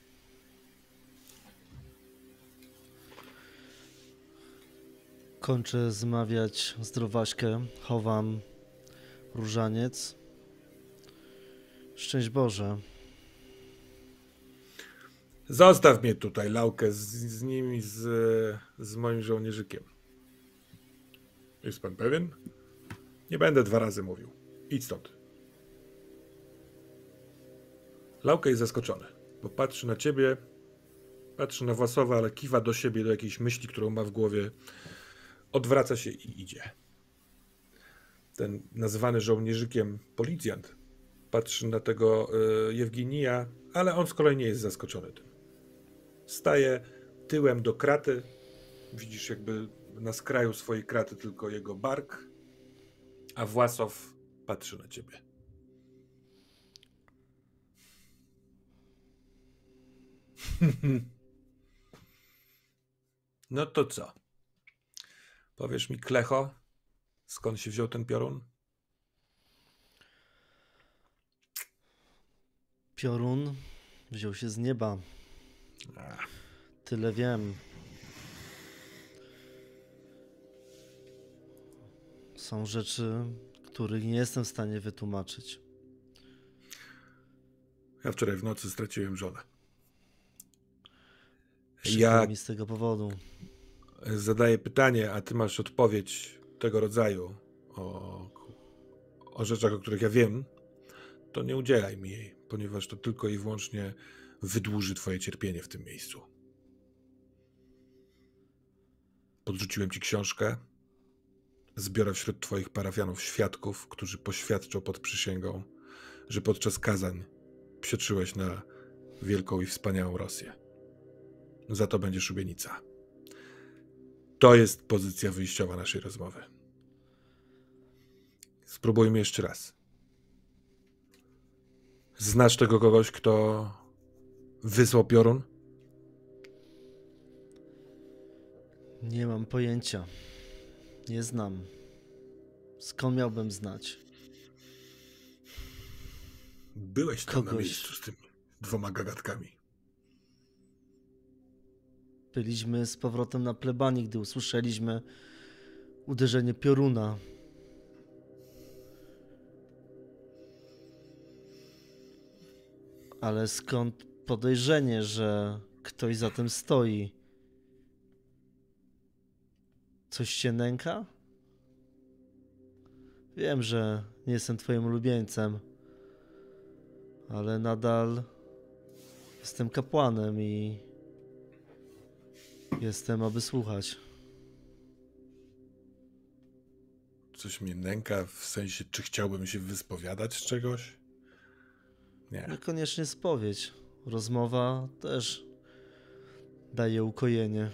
Speaker 2: Kończę zmawiać zdrowaśkę, chowam różaniec. Szczęść Boże.
Speaker 1: Zostaw mnie tutaj, Laukę, z nim i z moim żołnierzykiem. Jest pan pewien? Nie będę 2 razy mówił. Idź stąd. Laukę jest zaskoczony, bo patrzy na ciebie, patrzy na Własowa, ale kiwa do siebie, do jakiejś myśli, którą ma w głowie. Odwraca się i idzie. Ten nazywany żołnierzykiem policjant patrzy na tego Jewgenija, ale on z kolei nie jest zaskoczony tym. Staje tyłem do kraty. Widzisz jakby na skraju swojej kraty tylko jego bark, a Własow patrzy na ciebie. No to co? Powiesz mi, Klecho, skąd się wziął ten piorun?
Speaker 2: Piorun wziął się z nieba. Tyle wiem. Są rzeczy, których nie jestem w stanie wytłumaczyć.
Speaker 1: Ja wczoraj w nocy straciłem żonę.
Speaker 2: Przykro mi z tego powodu.
Speaker 1: Zadaję pytanie, a ty masz odpowiedź tego rodzaju o rzeczach, o których ja wiem, to nie udzielaj mi jej, ponieważ to tylko i wyłącznie wydłuży twoje cierpienie w tym miejscu. Podrzuciłem ci książkę. Zbiorę wśród twoich parafianów świadków, którzy poświadczą pod przysięgą, że podczas kazań psioczyłeś na wielką i wspaniałą Rosję. Za to będzie szubienica. To jest pozycja wyjściowa naszej rozmowy. Spróbujmy jeszcze raz. Znasz tego kogoś, kto wysłał piorun?
Speaker 2: Nie mam pojęcia. Nie znam. Skąd miałbym znać?
Speaker 1: Byłeś tam na miejscu z tymi 2 gagatkami.
Speaker 2: Byliśmy z powrotem na plebanii, gdy usłyszeliśmy uderzenie pioruna. Ale skąd podejrzenie, że ktoś za tym stoi? Coś cię nęka? Wiem, że nie jestem twoim ulubieńcem, ale nadal jestem kapłanem i jestem, aby słuchać.
Speaker 1: Coś mnie nęka, w sensie, czy chciałbym się wyspowiadać z czegoś? Nie.
Speaker 2: Niekoniecznie spowiedź. Rozmowa też daje ukojenie.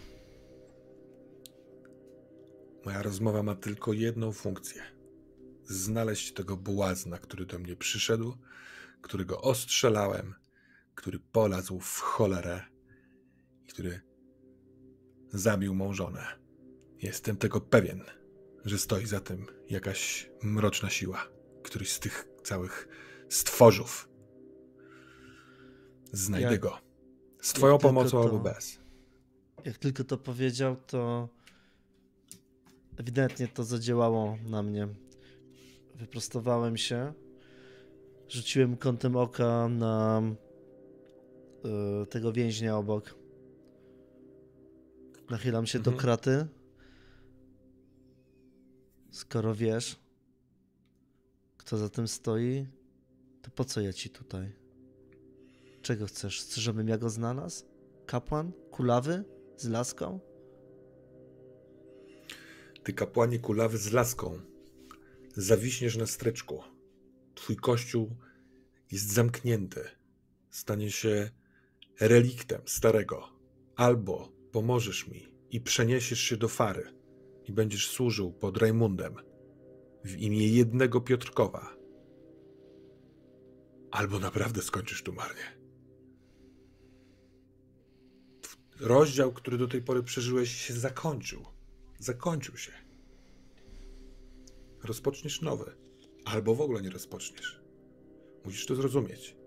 Speaker 1: Moja rozmowa ma tylko jedną funkcję. Znaleźć tego błazna, który do mnie przyszedł, którego ostrzelałem, który polazł w cholerę i który zabił mą żonę. Jestem tego pewien, że stoi za tym jakaś mroczna siła. Któryś z tych całych stworzów. Znajdę go. Z twoją pomocą albo bez.
Speaker 2: Jak tylko to powiedział, to ewidentnie to zadziałało na mnie. Wyprostowałem się, rzuciłem kątem oka na tego więźnia obok. Nachylam się do kraty. Skoro wiesz, kto za tym stoi, to po co ja ci tutaj? Czego chcesz? Chcesz, żebym ja go znalazł? Kapłan? Kulawy? Z laską?
Speaker 1: Ty, kapłanie kulawy z laską, zawiśniesz na stryczku. Twój kościół jest zamknięty. Stanie się reliktem starego. Albo pomożesz mi i przeniesiesz się do Fary i będziesz służył pod Rajmundem w imię jednego Piotrkowa. Albo naprawdę skończysz tu marnie. Rozdział, który do tej pory przeżyłeś, się zakończył. Zakończył się. Rozpoczniesz nowy. Albo w ogóle nie rozpoczniesz. Musisz to zrozumieć.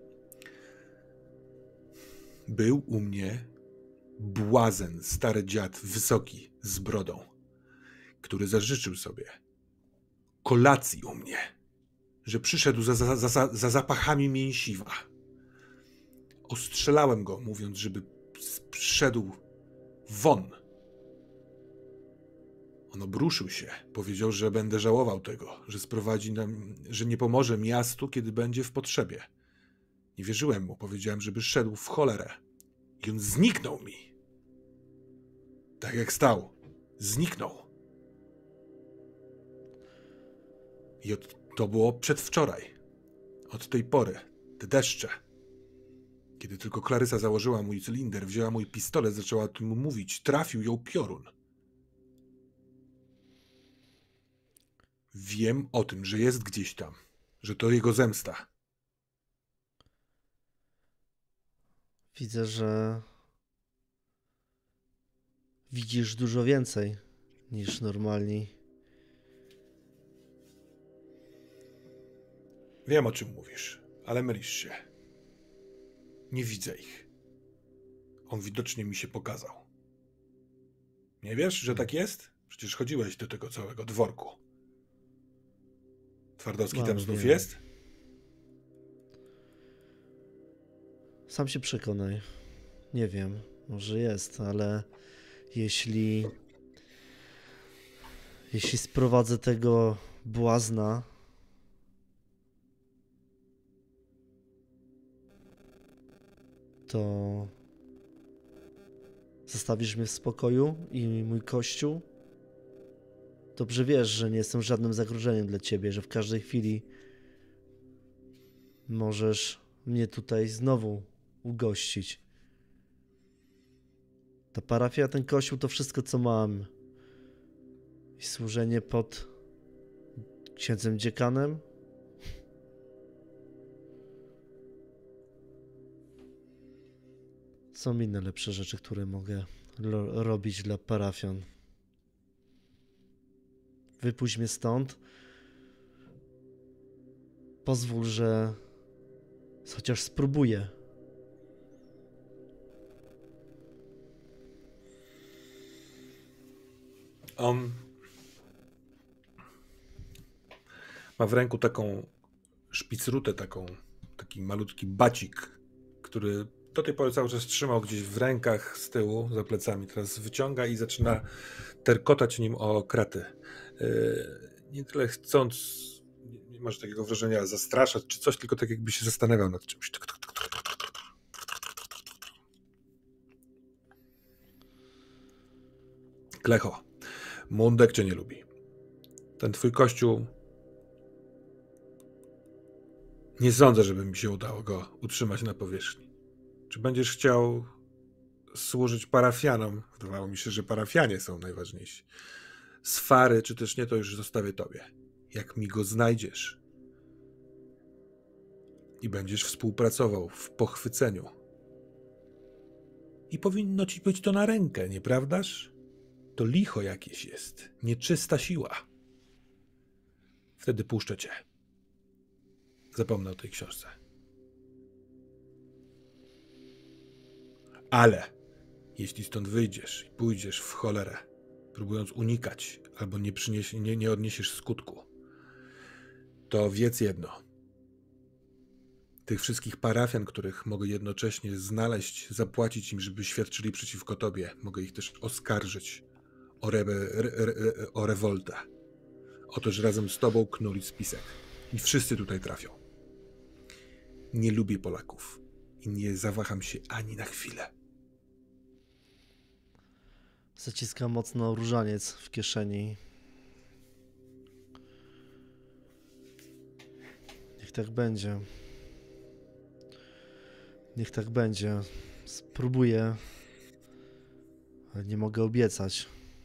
Speaker 1: Był u mnie błazen, stary dziad, wysoki, z brodą, który zażyczył sobie kolacji u mnie, że przyszedł za zapachami mięsiwa. Ostrzelałem go, mówiąc, żeby szedł won. On obruszył się, powiedział, że będę żałował tego, że sprowadzi nam, że nie pomoże miastu, kiedy będzie w potrzebie. Nie wierzyłem mu, powiedziałem, żeby szedł w cholerę. I on zniknął mi. Tak jak stał. Zniknął. I to było przedwczoraj. Od tej pory, te deszcze. Kiedy tylko Klarysa założyła mój cylinder, wzięła mój pistolet, zaczęła o tym mówić, trafił ją piorun. Wiem o tym, że jest gdzieś tam, że to jego zemsta.
Speaker 2: Widzę, że widzisz dużo więcej niż normalni.
Speaker 1: Wiem, o czym mówisz, ale mylisz się. Nie widzę ich. On widocznie mi się pokazał. Nie wiesz, że tak jest? Przecież chodziłeś do tego całego dworku. Twardowski tam znów jest?
Speaker 2: Sam się przekonaj. Nie wiem, może jest, ale jeśli sprowadzę tego błazna, to zostawisz mnie w spokoju i mój kościół? Dobrze wiesz, że nie jestem żadnym zagrożeniem dla ciebie, że w każdej chwili możesz mnie tutaj znowu ugościć. Ta parafia, ten kościół to wszystko, co mam. I służenie pod księdzem dziekanem? Są inne lepsze rzeczy, które mogę robić dla parafian. Wypuść mnie stąd. Pozwól, że chociaż spróbuję.
Speaker 1: On ma w ręku taką szpicrutę, taki malutki bacik, który do tej pory cały czas trzymał gdzieś w rękach z tyłu, za plecami. Teraz wyciąga i zaczyna terkotać nim o kraty. Nie tyle chcąc, nie masz takiego wrażenia zastraszać czy coś, tylko tak jakby się zastanawiał nad czymś. Klecho, Mundek cię nie lubi. Ten twój kościół, nie sądzę, żeby mi się udało go utrzymać na powierzchni. Czy będziesz chciał służyć parafianom? Wydawało mi się, że parafianie są najważniejsi. Z Fary, czy też nie, to już zostawię tobie. Jak mi go znajdziesz i będziesz współpracował w pochwyceniu. I powinno ci być to na rękę, nieprawdaż? To licho jakieś jest, nieczysta siła. Wtedy puszczę cię. Zapomnę o tej książce. Ale jeśli stąd wyjdziesz i pójdziesz w cholerę, próbując unikać, albo nie odniesiesz skutku, to wiedz jedno. Tych wszystkich parafian, których mogę jednocześnie znaleźć, zapłacić im, żeby świadczyli przeciwko tobie, mogę ich też oskarżyć o rewoltę. O to, że razem z tobą knuli spisek. I wszyscy tutaj trafią. Nie lubię Polaków i nie zawaham się ani na chwilę.
Speaker 2: Zaciskam mocno różaniec w kieszeni. Niech tak będzie. Niech tak będzie. Spróbuję, ale nie mogę obiecać.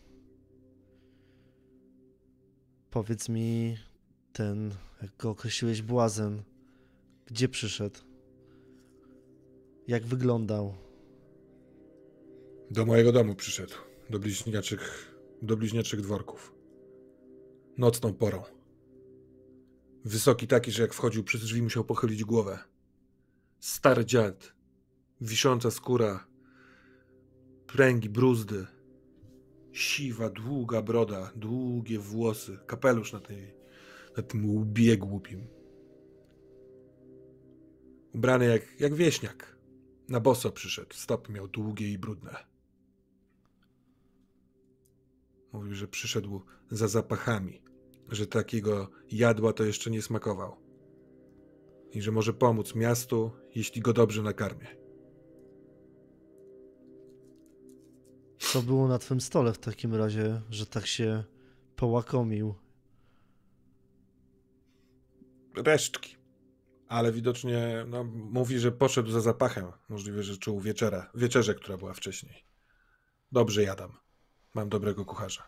Speaker 2: Powiedz mi, ten, jak go określiłeś, błazen, gdzie przyszedł? Jak wyglądał?
Speaker 1: Do mojego domu przyszedł. Do bliźniaczych dworków. Nocną porą. Wysoki taki, że jak wchodził przez drzwi, musiał pochylić głowę. Stary dziad. Wisząca skóra. Pręgi, bruzdy. Siwa, długa broda. Długie włosy. Kapelusz na tym łbie głupim. Ubrany jak wieśniak. Na boso przyszedł. Stopy miał długie i brudne. Mówił, że przyszedł za zapachami. Że takiego jadła to jeszcze nie smakował. I że może pomóc miastu, jeśli go dobrze nakarmię.
Speaker 2: Co było na twym stole w takim razie, że tak się połakomił?
Speaker 1: Resztki. Ale widocznie mówi, że poszedł za zapachem. Możliwe, że czuł wieczerzę, która była wcześniej. Dobrze jadam. Mam dobrego kucharza.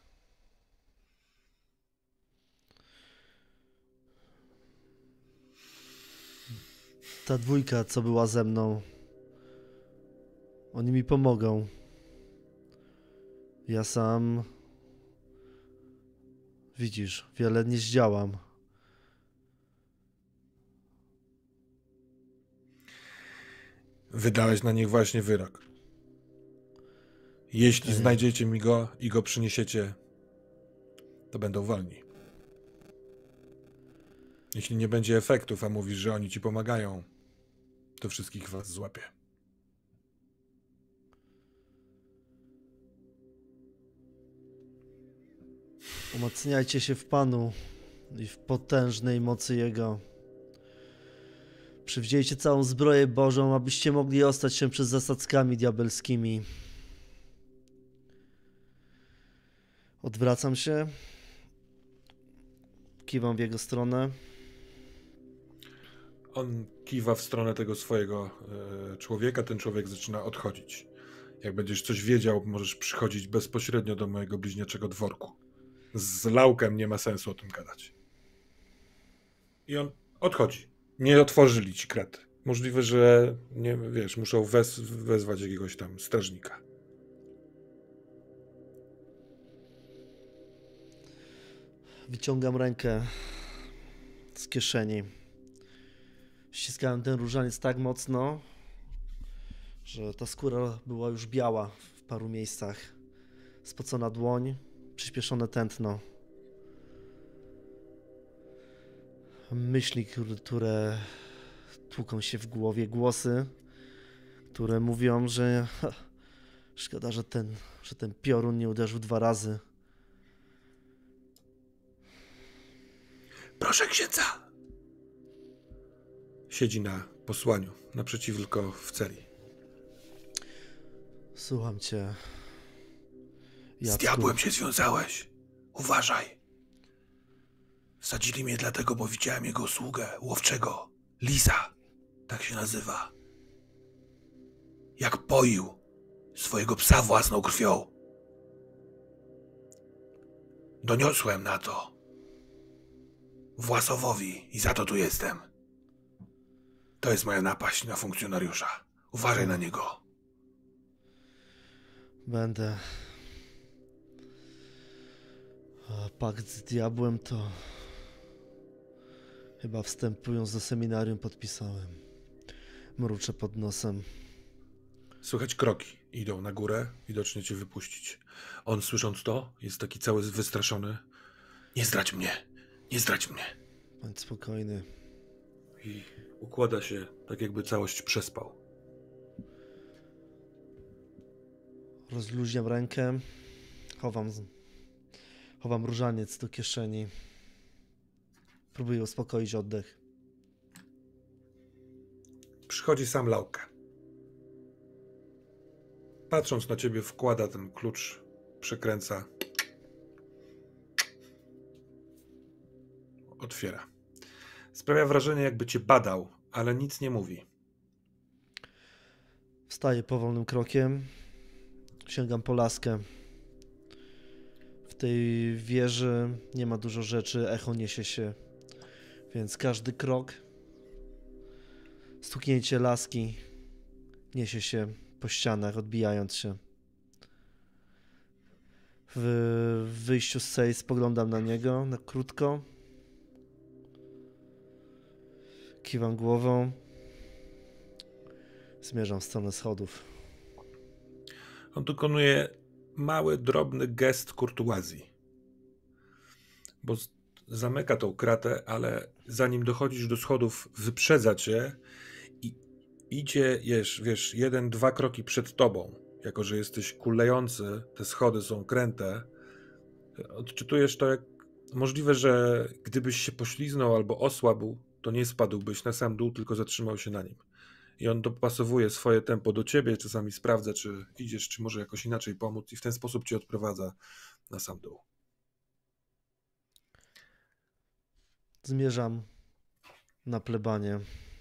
Speaker 2: Ta dwójka, co była ze mną, oni mi pomogą. Ja sam, widzisz, wiele nie zdziałam.
Speaker 1: Wydałeś na nich właśnie wyrok. Jeśli znajdziecie mi go i go przyniesiecie, to będą wolni. Jeśli nie będzie efektów, a mówisz, że oni ci pomagają, to wszystkich was złapię.
Speaker 2: Umacniajcie się w Panu i w potężnej mocy Jego. Przywdziejcie całą zbroję Bożą, abyście mogli ostać się przed zasadzkami diabelskimi. Odwracam się. Kiwam w jego stronę.
Speaker 1: On kiwa w stronę tego swojego człowieka, ten człowiek zaczyna odchodzić. Jak będziesz coś wiedział, możesz przychodzić bezpośrednio do mojego bliźniaczego dworku. Z Laukiem nie ma sensu o tym gadać. I on odchodzi. Nie otworzyli ci kraty. Możliwe, że nie wiesz, muszą wezwać jakiegoś tam strażnika.
Speaker 2: Wyciągam rękę z kieszeni. Ściskałem ten różaniec tak mocno, że ta skóra była już biała w paru miejscach. Spocona dłoń, przyspieszone tętno. Myśli, które tłuką się w głowie, głosy, które mówią, że szkoda, że ten piorun nie uderzył 2 razy.
Speaker 1: Proszę księdza! Siedzi na posłaniu, naprzeciwko w celi.
Speaker 2: Słucham cię, Jacku.
Speaker 1: Z diabłem się związałeś. Uważaj. Wsadzili mnie dlatego, bo widziałem jego sługę łowczego. Lisa, tak się nazywa. Jak poił swojego psa własną krwią. Doniosłem na to Własowowi i za to tu jestem. To jest moja napaść na funkcjonariusza. Uważaj na niego.
Speaker 2: Będę. A pakt z diabłem to chyba wstępując do seminarium podpisałem. Mruczę pod nosem.
Speaker 1: Słychać kroki. Idą na górę, widocznie cię wypuścić. On, słysząc to, jest taki cały wystraszony. Nie zdradź mnie! Nie zdradź mnie!
Speaker 2: Bądź spokojny.
Speaker 1: I układa się tak, jakby całość przespał.
Speaker 2: Rozluźniam rękę. Chowam różaniec do kieszeni. Próbuję uspokoić oddech.
Speaker 1: Przychodzi sam Lauka. Patrząc na ciebie, wkłada ten klucz, przekręca. Otwiera. Sprawia wrażenie, jakby cię badał, ale nic nie mówi.
Speaker 2: Wstaję powolnym krokiem. Sięgam po laskę. W tej wieży nie ma dużo rzeczy, echo niesie się, więc każdy krok, stuknięcie laski niesie się po ścianach, odbijając się. W wyjściu z tej spoglądam na niego na krótko. Kiwam głową. Zmierzam w stronę schodów.
Speaker 1: On dokonuje mały, drobny gest kurtuazji. Bo zamyka tą kratę, ale zanim dochodzisz do schodów, wyprzedza cię i idzie, wiesz, 1-2 kroki przed tobą. Jako że jesteś kulejący, te schody są kręte. Odczytujesz to jak możliwe, że gdybyś się pośliznął albo osłabł, to nie spadłbyś na sam dół, tylko zatrzymał się na nim. I on dopasowuje swoje tempo do ciebie, czasami sprawdza, czy idziesz, czy może jakoś inaczej pomóc i w ten sposób cię odprowadza na sam dół.
Speaker 2: Zmierzam na plebanię.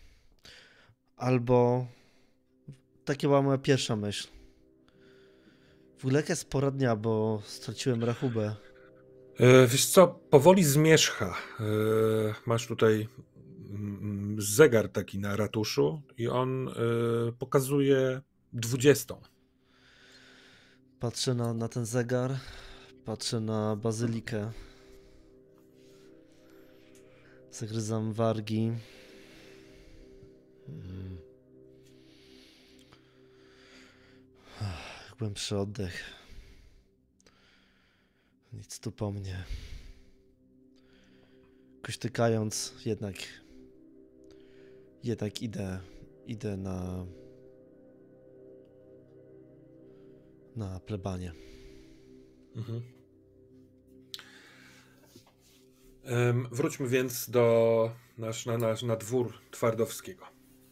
Speaker 2: Albo taka była moja pierwsza myśl. W ogóle jaka jest pora dnia, bo straciłem rachubę.
Speaker 1: Wiesz co, powoli zmierzcha. Masz tutaj zegar taki na ratuszu i on pokazuje 20.
Speaker 2: Patrzę na ten zegar, patrzę na bazylikę. Zagryzam wargi. Głębszy oddech. Nic tu po mnie. Kośtykając, jednak idę na plebanię.
Speaker 1: Mhm. Wróćmy więc na dwór Twardowskiego.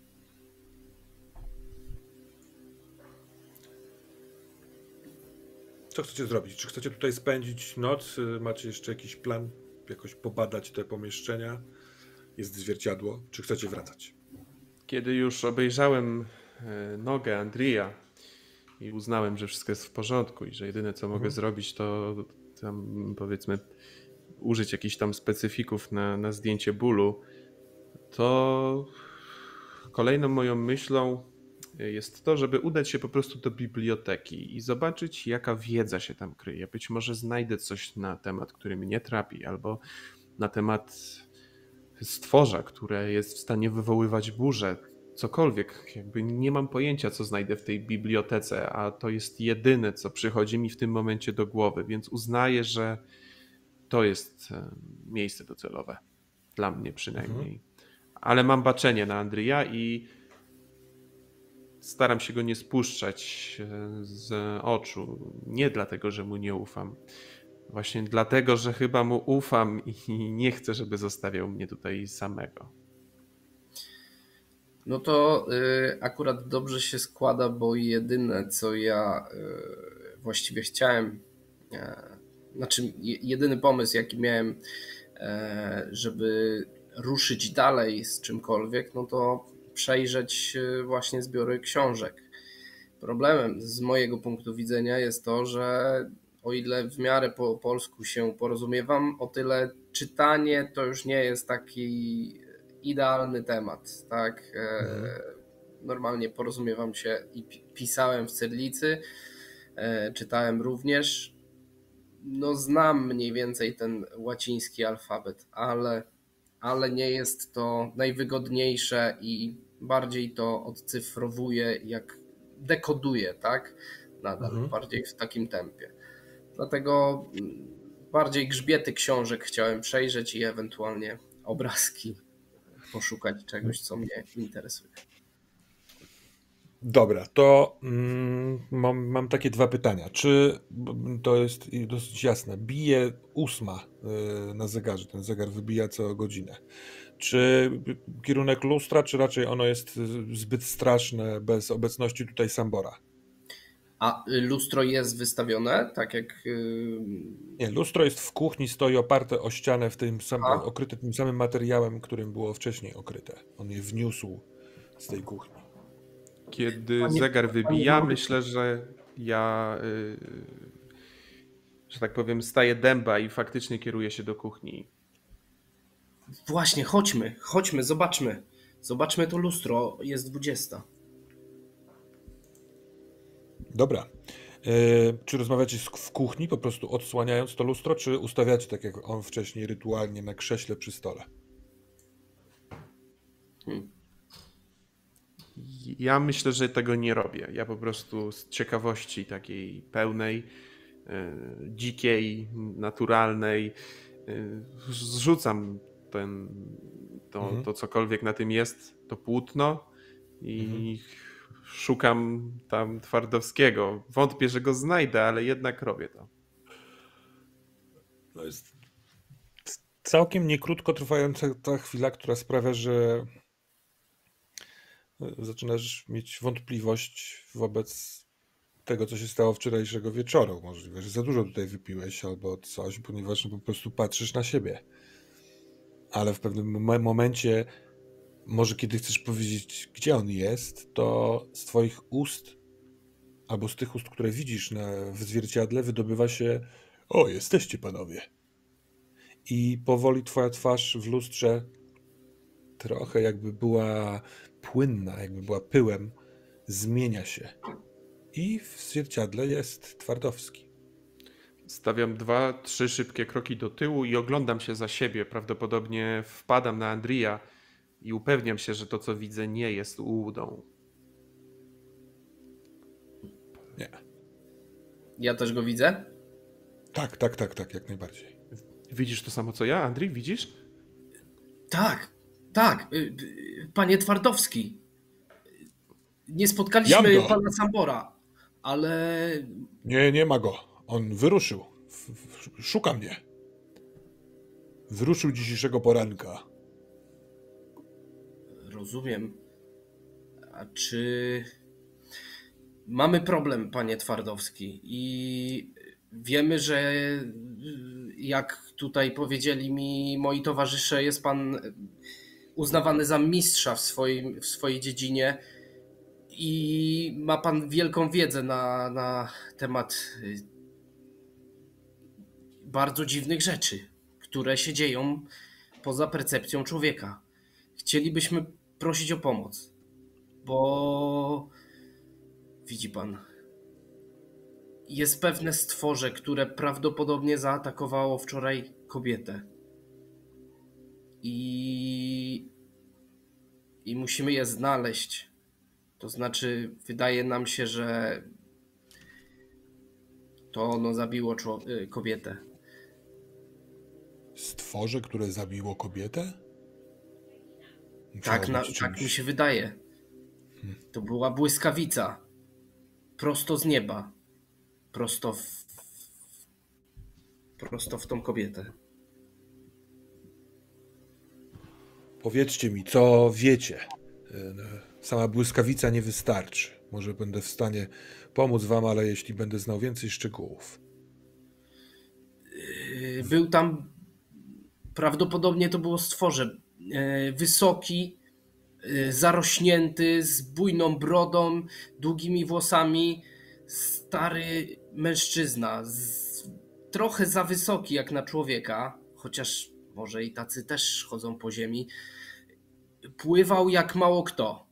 Speaker 1: Co chcecie zrobić? Czy chcecie tutaj spędzić noc? Macie jeszcze jakiś plan? Jakoś pobadać te pomieszczenia? Jest zwierciadło. Czy chcecie wracać?
Speaker 3: Kiedy już obejrzałem nogę Andrija i uznałem, że wszystko jest w porządku i że jedyne co mogę zrobić to tam powiedzmy użyć jakichś tam specyfików na zdjęcie bólu, to kolejną moją myślą jest to, żeby udać się po prostu do biblioteki i zobaczyć, jaka wiedza się tam kryje. Być może znajdę coś na temat, który mnie trapi, albo na temat stworza, które jest w stanie wywoływać burzę. Cokolwiek, jakby nie mam pojęcia, co znajdę w tej bibliotece, a to jest jedyne, co przychodzi mi w tym momencie do głowy, więc uznaję, że to jest miejsce docelowe. Dla mnie przynajmniej. Ale mam baczenie na Andrija i staram się go nie spuszczać z oczu. Nie dlatego, że mu nie ufam. Właśnie dlatego, że chyba mu ufam i nie chcę, żeby zostawiał mnie tutaj samego.
Speaker 4: No to akurat dobrze się składa, bo jedyne, co ja właściwie chciałem, znaczy jedyny pomysł, jaki miałem, żeby ruszyć dalej z czymkolwiek, no to przejrzeć właśnie zbiory książek. Problemem z mojego punktu widzenia jest to, że o ile w miarę po polsku się porozumiewam, o tyle czytanie to już nie jest taki idealny temat, tak? Normalnie porozumiewam się i pisałem w cyrylicy, czytałem również. No znam mniej więcej ten łaciński alfabet, ale nie jest to najwygodniejsze i bardziej to odcyfrowuje, jak dekoduje, tak? Nadal bardziej w takim tempie. Dlatego bardziej grzbiety książek chciałem przejrzeć i ewentualnie obrazki, poszukać czegoś, co mnie interesuje.
Speaker 1: Dobra, to mam takie dwa pytania. Czy to jest dosyć jasne? Bije 8 na zegarze, ten zegar wybija co godzinę. Czy kierunek lustra, czy raczej ono jest zbyt straszne bez obecności tutaj Sambora?
Speaker 4: A lustro jest wystawione, tak jak...
Speaker 1: Nie, lustro jest w kuchni, stoi oparte o ścianę, okryte tym samym materiałem, którym było wcześniej okryte. On je wniósł z tej kuchni.
Speaker 3: Kiedy zegar wybija, myślę, że ja, że tak powiem, staję dęba i faktycznie kieruję się do kuchni.
Speaker 4: Właśnie, chodźmy, zobaczmy. Zobaczmy to lustro, jest 20.
Speaker 1: Dobra. Czy rozmawiacie w kuchni, po prostu odsłaniając to lustro, czy ustawiacie tak jak on wcześniej rytualnie na krześle przy stole?
Speaker 3: Ja myślę, że tego nie robię. Ja po prostu z ciekawości takiej pełnej, dzikiej, naturalnej zrzucam to cokolwiek na tym jest, to płótno i szukam tam Twardowskiego. Wątpię, że go znajdę, ale jednak robię to.
Speaker 1: To jest całkiem niekrótko trwająca ta chwila, która sprawia, że zaczynasz mieć wątpliwość wobec tego, co się stało wczorajszego wieczoru. Możliwe, że za dużo tutaj wypiłeś albo coś, ponieważ po prostu patrzysz na siebie. Ale w pewnym momencie, może kiedy chcesz powiedzieć, gdzie on jest, to z twoich ust, albo z tych ust, które widzisz w zwierciadle, wydobywa się: o, jesteście panowie. I powoli twoja twarz w lustrze, trochę jakby była płynna, jakby była pyłem, zmienia się. I w zwierciadle jest Twardowski.
Speaker 3: Stawiam 2-3 szybkie kroki do tyłu i oglądam się za siebie. Prawdopodobnie wpadam na Andrija i upewniam się, że to, co widzę, nie jest ułudą.
Speaker 1: Nie.
Speaker 4: Ja też go widzę?
Speaker 1: Tak, jak najbardziej.
Speaker 3: Widzisz to samo, co ja, Andrzej? Widzisz?
Speaker 4: Tak. Panie Twardowski. Nie spotkaliśmy pana Sambora, ale...
Speaker 1: Nie ma go. On wyruszył. Szuka mnie. Wyruszył dzisiejszego poranka.
Speaker 4: Rozumiem. A czy... Mamy problem, panie Twardowski, i wiemy, że jak tutaj powiedzieli mi moi towarzysze, jest pan uznawany za mistrza w swojej dziedzinie i ma pan wielką wiedzę na temat bardzo dziwnych rzeczy, które się dzieją poza percepcją człowieka. Chcielibyśmy prosić o pomoc, bo widzi pan, jest pewne stworze, które prawdopodobnie zaatakowało wczoraj kobietę. I musimy je znaleźć. To znaczy, wydaje nam się, że to ono zabiło kobietę.
Speaker 1: Stworze, które zabiło kobietę?
Speaker 4: Tak mi się wydaje. To była błyskawica. Prosto z nieba. Prosto w tą kobietę.
Speaker 1: Powiedzcie mi, co wiecie. Sama błyskawica nie wystarczy. Może będę w stanie pomóc wam, ale jeśli będę znał więcej szczegółów.
Speaker 4: Był tam, prawdopodobnie to było stworze, wysoki, zarośnięty, z bujną brodą, długimi włosami, stary mężczyzna, trochę za wysoki jak na człowieka, chociaż może i tacy też chodzą po ziemi. Pływał jak mało kto.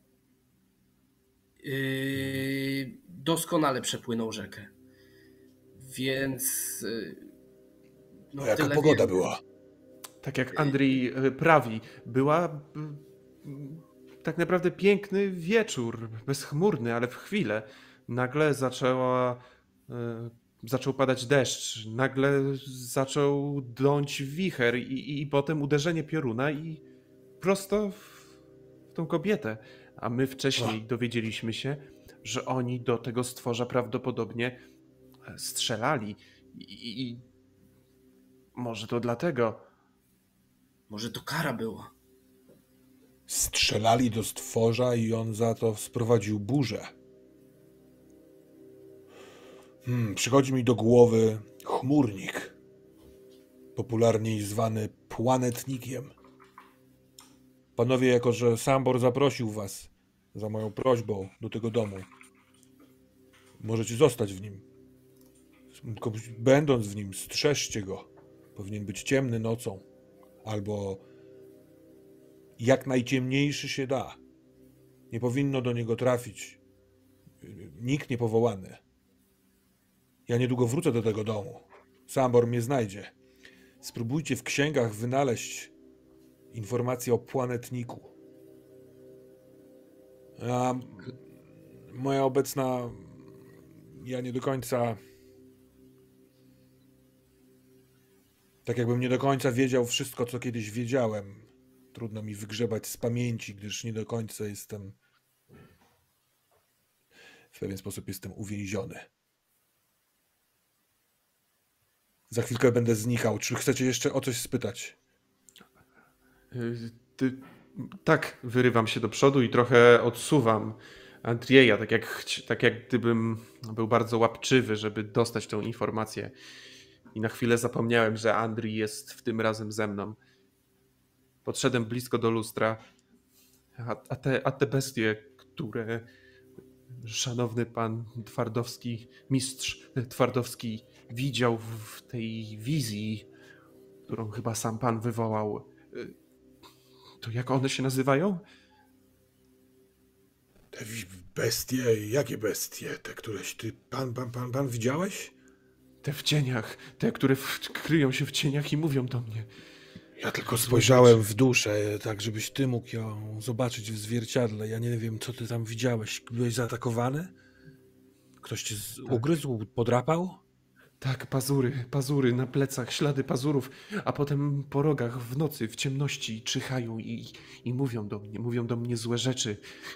Speaker 4: Doskonale przepłynął rzekę. Więc...
Speaker 1: No jaka pogoda była?
Speaker 3: Tak jak Andrzej prawi, była tak naprawdę piękny wieczór, bezchmurny, ale w chwilę nagle zaczęła zaczął padać deszcz, nagle zaczął dąć wicher i potem uderzenie pioruna i prosto w tą kobietę. A my wcześniej dowiedzieliśmy się, że oni do tego stworza prawdopodobnie strzelali i może to dlatego.
Speaker 4: Może to kara była.
Speaker 1: Strzelali do stworza i on za to sprowadził burzę. Przychodzi mi do głowy chmurnik, popularniej zwany planetnikiem. Panowie, jako że Sambor zaprosił was za moją prośbą do tego domu, możecie zostać w nim. Tylko będąc w nim, strzeżcie go. Powinien być ciemny nocą, albo jak najciemniejszy się da. Nie powinno do niego trafić nikt niepowołany. Ja niedługo wrócę do tego domu. Sambor mnie znajdzie. Spróbujcie w księgach wynaleźć informacje o planetniku. A moja obecna... Ja nie do końca... Tak jakbym nie do końca wiedział wszystko, co kiedyś wiedziałem. Trudno mi wygrzebać z pamięci, gdyż nie do końca jestem... W pewien sposób jestem uwięziony. Za chwilkę będę znikał. Czy chcecie jeszcze o coś spytać?
Speaker 3: Tak, wyrywam się do przodu i trochę odsuwam Andrieja, tak jak gdybym był bardzo łapczywy, żeby dostać tą informację. I na chwilę zapomniałem, że Andrii jest w tym razem ze mną. Podszedłem blisko do lustra, a te bestie, które szanowny pan Twardowski, mistrz Twardowski widział w tej wizji, którą chyba sam pan wywołał, to jak one się nazywają?
Speaker 1: Te bestie? Jakie bestie? Te, któreś ty pan widziałeś?
Speaker 3: Te w cieniach, te, które kryją się w cieniach i mówią do mnie.
Speaker 1: Ja tylko spojrzałem w duszę, tak żebyś ty mógł ją zobaczyć w zwierciadle. Ja nie wiem, co ty tam widziałeś. Byłeś zaatakowany? Ktoś cię ugryzł, podrapał?
Speaker 3: Tak, pazury na plecach, ślady pazurów, a potem po rogach w nocy, w ciemności czyhają i mówią do mnie złe rzeczy,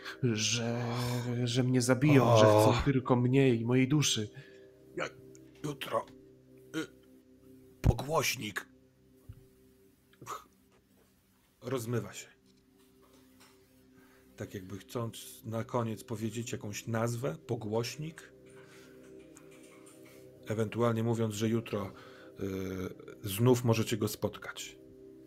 Speaker 3: że mnie zabiją, że chcą tylko mnie i mojej duszy.
Speaker 1: Jutro. Pogłośnik. Rozmywa się. Tak jakby chcąc na koniec powiedzieć jakąś nazwę, pogłośnik. Ewentualnie mówiąc, że jutro znów możecie go spotkać.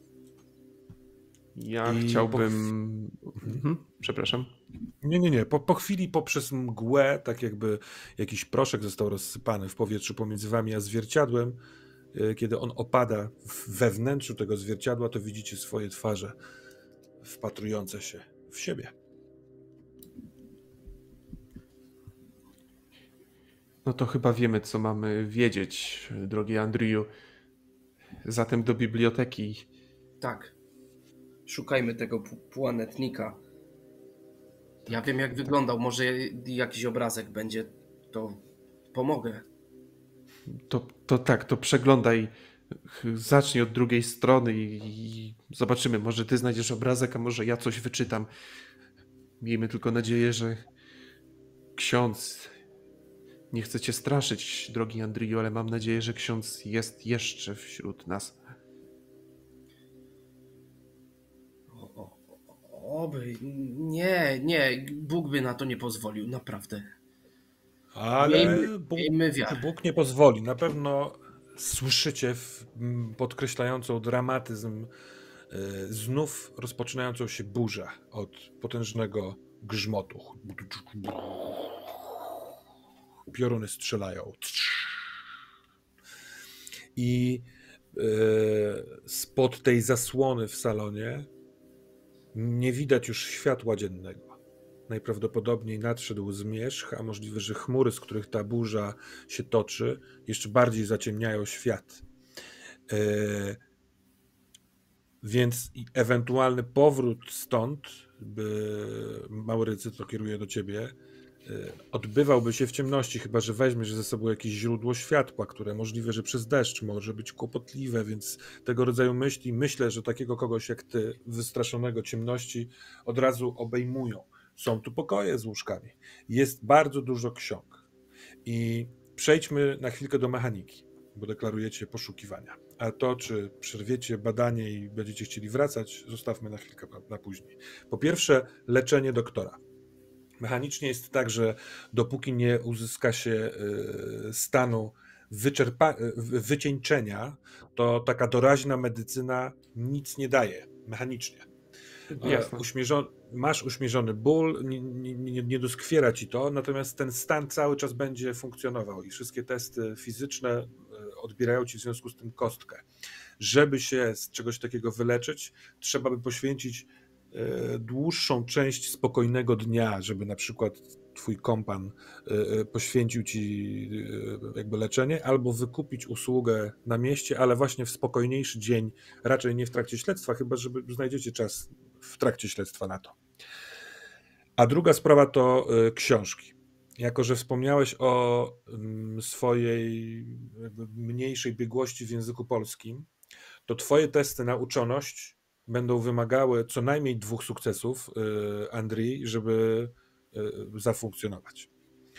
Speaker 3: Ja chciałbym... Przepraszam.
Speaker 1: Nie. Po chwili poprzez mgłę, tak jakby jakiś proszek został rozsypany w powietrzu pomiędzy wami a zwierciadłem. Kiedy on opada we wnętrzu tego zwierciadła, to widzicie swoje twarze wpatrujące się w siebie.
Speaker 3: No to chyba wiemy, co mamy wiedzieć, drogi Andriju. Zatem do biblioteki.
Speaker 4: Tak. Szukajmy tego planetnika. Ja wiem, jak wyglądał. Może jakiś obrazek będzie, to pomogę.
Speaker 3: To przeglądaj. Zacznij od drugiej strony i zobaczymy. Może ty znajdziesz obrazek, a może ja coś wyczytam. Miejmy tylko nadzieję, że ksiądz... Nie chcę cię straszyć, drogi Andriju, ale mam nadzieję, że ksiądz jest jeszcze wśród nas.
Speaker 4: Oby, nie, Bóg by na to nie pozwolił, naprawdę.
Speaker 1: Ale
Speaker 4: miejmy wiarę.
Speaker 1: Bóg nie pozwoli. Na pewno słyszycie podkreślającą dramatyzm znów rozpoczynającą się burzę od potężnego grzmotu. Pioruny strzelają. I spod tej zasłony w salonie nie widać już światła dziennego. Najprawdopodobniej nadszedł zmierzch, a możliwe, że chmury, z których ta burza się toczy, jeszcze bardziej zaciemniają świat. Więc ewentualny powrót stąd, Maurycy, to kieruję do ciebie, odbywałby się w ciemności, chyba że weźmiesz ze sobą jakieś źródło światła, które możliwe, że przez deszcz może być kłopotliwe, więc tego rodzaju myśli, myślę, że takiego kogoś jak ty, wystraszonego ciemności, od razu obejmują. Są tu pokoje z łóżkami, jest bardzo dużo ksiąg i przejdźmy na chwilkę do mechaniki, bo deklarujecie poszukiwania. A to, czy przerwiecie badanie i będziecie chcieli wracać, zostawmy na chwilkę na później. Po pierwsze, leczenie doktora. Mechanicznie jest tak, że dopóki nie uzyska się stanu wycieńczenia, to taka doraźna medycyna nic nie daje mechanicznie. Masz uśmierzony ból, nie doskwiera ci to, natomiast ten stan cały czas będzie funkcjonował i wszystkie testy fizyczne odbierają ci w związku z tym kostkę. Żeby się z czegoś takiego wyleczyć, trzeba by poświęcić dłuższą część spokojnego dnia, żeby na przykład twój kompan poświęcił ci jakby leczenie, albo wykupić usługę na mieście, ale właśnie w spokojniejszy dzień, raczej nie w trakcie śledztwa, chyba że znajdziecie czas w trakcie śledztwa na to. A druga sprawa to książki. Jako że wspomniałeś o swojej mniejszej biegłości w języku polskim, to twoje testy na uczoność będą wymagały co najmniej 2 sukcesów, Andrii, żeby zafunkcjonować.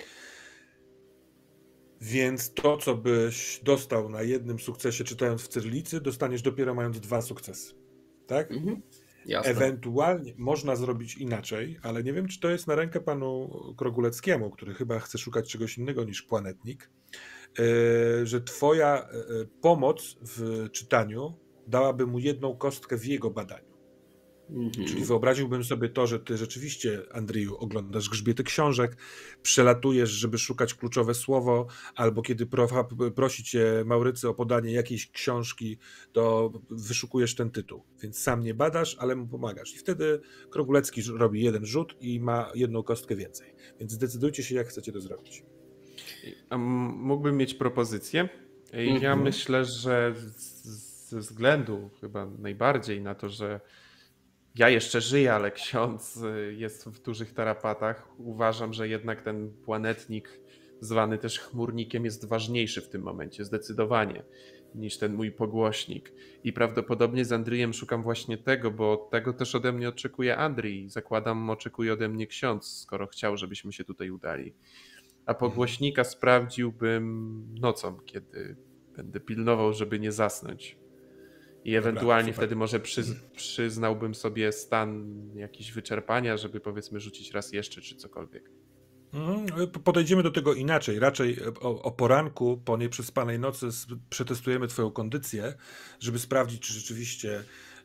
Speaker 1: Więc to, co byś dostał na jednym sukcesie czytając w cyrylicy, dostaniesz dopiero mając 2 sukcesy. Tak?
Speaker 4: Mhm. Jasne.
Speaker 1: Ewentualnie można zrobić inaczej, ale nie wiem, czy to jest na rękę panu Kroguleckiemu, który chyba chce szukać czegoś innego niż planetnik, że twoja pomoc w czytaniu dałaby mu 1 kostkę w jego badaniu. Czyli wyobraziłbym sobie to, że ty rzeczywiście, Andriju, oglądasz grzbiety książek, przelatujesz, żeby szukać kluczowe słowo, albo kiedy prosi cię Maurycy o podanie jakiejś książki, to wyszukujesz ten tytuł. Więc sam nie badasz, ale mu pomagasz. I wtedy Krogulecki robi 1 rzut i ma 1 kostkę więcej. Więc zdecydujcie się, jak chcecie to zrobić.
Speaker 3: A mógłbym mieć propozycję? Ja myślę, że ze względu chyba najbardziej na to, że ja jeszcze żyję, ale ksiądz jest w dużych tarapatach. Uważam, że jednak ten planetnik, zwany też chmurnikiem, jest ważniejszy w tym momencie, zdecydowanie, niż ten mój pogłośnik. I prawdopodobnie z Andryjem szukam właśnie tego, bo tego też ode mnie oczekuje Andrzej. Zakładam, oczekuje ode mnie ksiądz, skoro chciał, żebyśmy się tutaj udali. A pogłośnika sprawdziłbym nocą, kiedy będę pilnował, żeby nie zasnąć. I ewentualnie wtedy może przyznałbym sobie stan jakiś wyczerpania, żeby powiedzmy rzucić raz jeszcze, czy cokolwiek.
Speaker 1: Podejdziemy do tego inaczej. Raczej o poranku, po nieprzespanej nocy przetestujemy twoją kondycję, żeby sprawdzić, czy rzeczywiście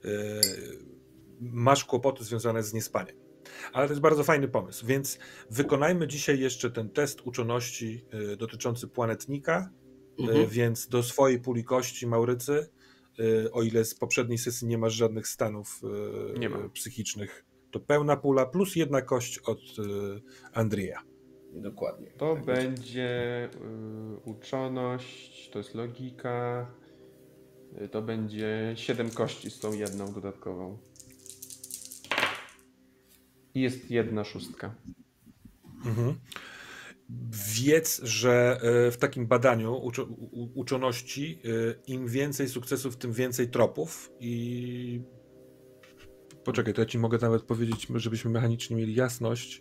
Speaker 1: masz kłopoty związane z niespaniem. Ale to jest bardzo fajny pomysł, więc wykonajmy dzisiaj jeszcze ten test uczoności dotyczący planetnika, więc do swojej puli kości, Maurycy, o ile z poprzedniej sesji nie masz żadnych stanów psychicznych, to pełna pula plus 1 kość od Andrija.
Speaker 4: Dokładnie.
Speaker 3: To tak będzie uczoność, to jest logika, to będzie 7 kości z tą 1 dodatkową. I jest 1 szóstka.
Speaker 1: Wiedz, że w takim badaniu uczoności im więcej sukcesów, tym więcej tropów i poczekaj, to ja ci mogę nawet powiedzieć, żebyśmy mechanicznie mieli jasność.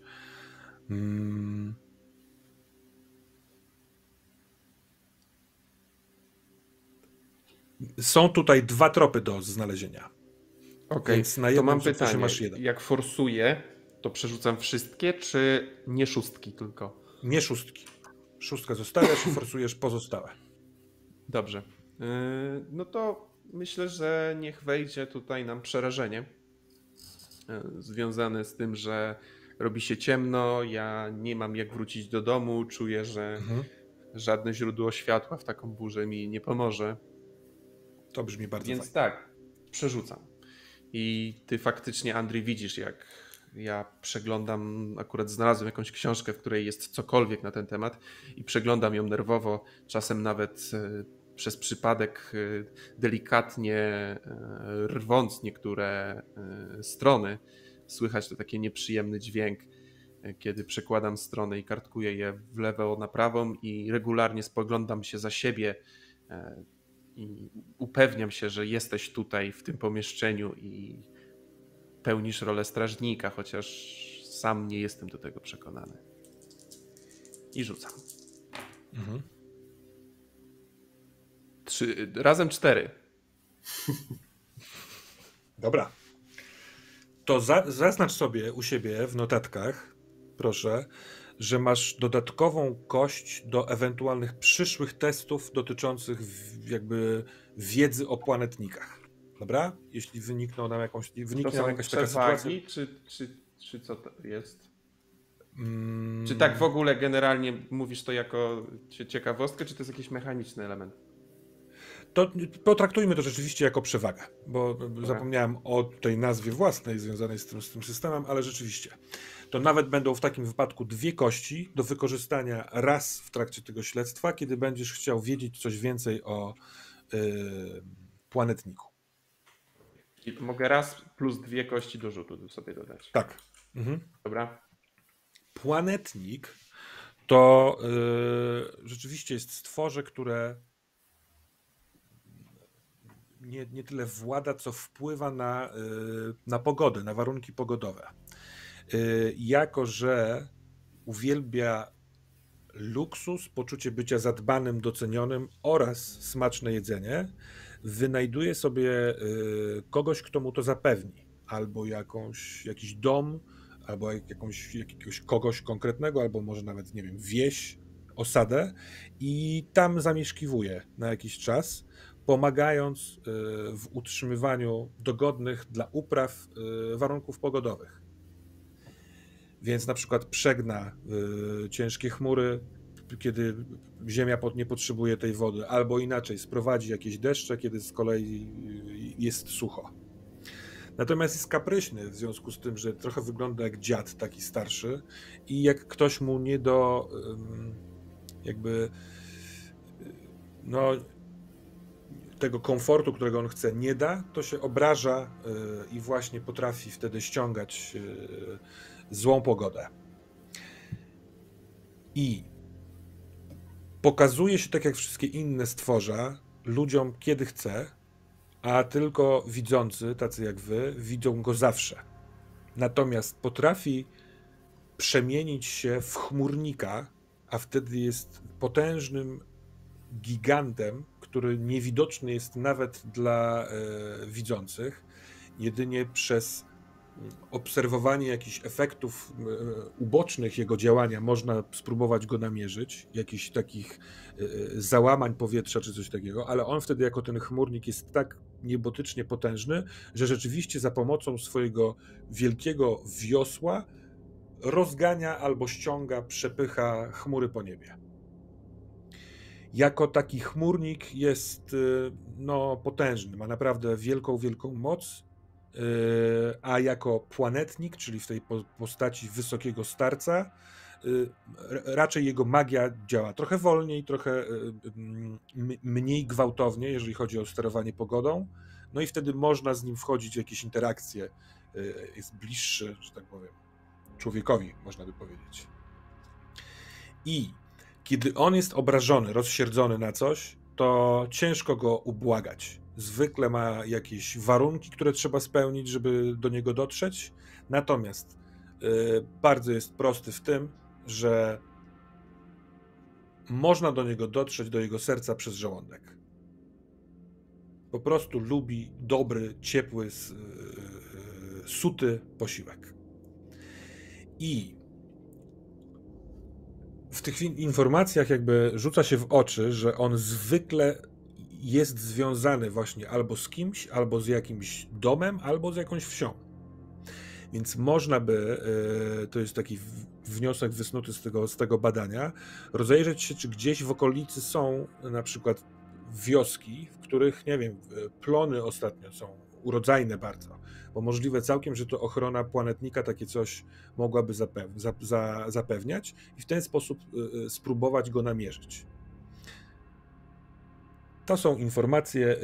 Speaker 1: Są tutaj 2 tropy do znalezienia.
Speaker 3: Okej,
Speaker 1: więc na jednym
Speaker 3: to mam pytanie,
Speaker 1: masz 1.
Speaker 3: Jak forsuję, to przerzucam wszystkie, czy nie szóstki tylko?
Speaker 1: Nie szóstki. 6 zostawiasz i forsujesz pozostałe.
Speaker 3: Dobrze. No to myślę, że niech wejdzie tutaj nam przerażenie związane z tym, że robi się ciemno, ja nie mam jak wrócić do domu, czuję, że żadne źródło światła w taką burzę mi nie pomoże.
Speaker 1: To brzmi bardzo
Speaker 3: Więc
Speaker 1: fajnie.
Speaker 3: tak, przerzucam. I ty faktycznie, Andrzej, widzisz, jak ja przeglądam, akurat znalazłem jakąś książkę, w której jest cokolwiek na ten temat i przeglądam ją nerwowo, czasem nawet przez przypadek delikatnie rwąc niektóre strony. Słychać to taki nieprzyjemny dźwięk. kiedy przekładam stronę i kartkuję je w lewo na prawą i regularnie spoglądam się za siebie i upewniam się, że jesteś tutaj w tym pomieszczeniu i pełnisz rolę strażnika, chociaż sam nie jestem do tego przekonany. I rzucam. Mhm. Razem 4.
Speaker 1: Dobra. To zaznacz sobie u siebie w notatkach, proszę, że masz dodatkową kość do ewentualnych przyszłych testów dotyczących jakby wiedzy o planetnikach. Dobra? Jeśli wyniknie nam jakaś taka sytuacja.
Speaker 3: Czy co to jest? Czy tak w ogóle generalnie mówisz to jako ciekawostkę, czy to jest jakiś mechaniczny element?
Speaker 1: To potraktujmy to rzeczywiście jako przewagę, bo zapomniałem o tej nazwie własnej związanej z tym systemem, ale rzeczywiście. To nawet będą w takim wypadku 2 kości do wykorzystania raz w trakcie tego śledztwa, kiedy będziesz chciał wiedzieć coś więcej o planetniku.
Speaker 3: I mogę raz plus 2 kości do rzutu sobie dodać.
Speaker 1: Tak. Mhm.
Speaker 3: Dobra.
Speaker 1: Planetnik to rzeczywiście jest stworze, które nie tyle włada, co wpływa na pogodę, na warunki pogodowe. Jako że uwielbia luksus, poczucie bycia zadbanym, docenionym oraz smaczne jedzenie, wynajduje sobie kogoś, kto mu to zapewni. Albo jakiś dom, albo jakiegoś kogoś konkretnego, albo może nawet, nie wiem, wieś, osadę i tam zamieszkiwuje na jakiś czas, pomagając w utrzymywaniu dogodnych dla upraw warunków pogodowych. Więc na przykład przegna ciężkie chmury, kiedy ziemia nie potrzebuje tej wody, albo inaczej sprowadzi jakieś deszcze, kiedy z kolei jest sucho. Natomiast jest kapryśny w związku z tym, że trochę wygląda jak dziad taki starszy i jak ktoś mu nie do jakby tego komfortu, którego on chce, nie da, to się obraża i właśnie potrafi wtedy ściągać złą pogodę. I pokazuje się tak jak wszystkie inne stworza ludziom kiedy chce, a tylko widzący, tacy jak wy, widzą go zawsze. Natomiast potrafi przemienić się w chmurnika, a wtedy jest potężnym gigantem, który niewidoczny jest nawet dla widzących, jedynie przez obserwowanie jakichś efektów ubocznych jego działania można spróbować go namierzyć, jakichś takich załamań powietrza czy coś takiego, ale on wtedy jako ten chmurnik jest tak niebotycznie potężny, że rzeczywiście za pomocą swojego wielkiego wiosła rozgania albo ściąga, przepycha chmury po niebie. Jako taki chmurnik jest potężny, ma naprawdę wielką moc, a jako planetnik, czyli w tej postaci wysokiego starca, raczej jego magia działa trochę wolniej, trochę mniej gwałtownie, jeżeli chodzi o sterowanie pogodą, no i wtedy można z nim wchodzić w jakieś interakcje, jest bliższy, że tak powiem, człowiekowi, można by powiedzieć. I kiedy on jest obrażony, rozsierdzony na coś, to ciężko go ubłagać. Zwykle ma jakieś warunki, które trzeba spełnić, żeby do niego dotrzeć. Natomiast bardzo jest prosty w tym, że można do niego dotrzeć, do jego serca przez żołądek. Po prostu lubi dobry, ciepły, suty posiłek. I w tych informacjach jakby rzuca się w oczy, że on zwykle jest związany właśnie albo z kimś, albo z jakimś domem, albo z jakąś wsią. Więc można by, to jest taki wniosek wysnuty z tego badania, rozejrzeć się, czy gdzieś w okolicy są na przykład wioski, w których, nie wiem, plony ostatnio są urodzajne bardzo, bo możliwe całkiem, że to ochrona planetnika takie coś mogłaby zapewniać i w ten sposób spróbować go namierzyć. To są informacje.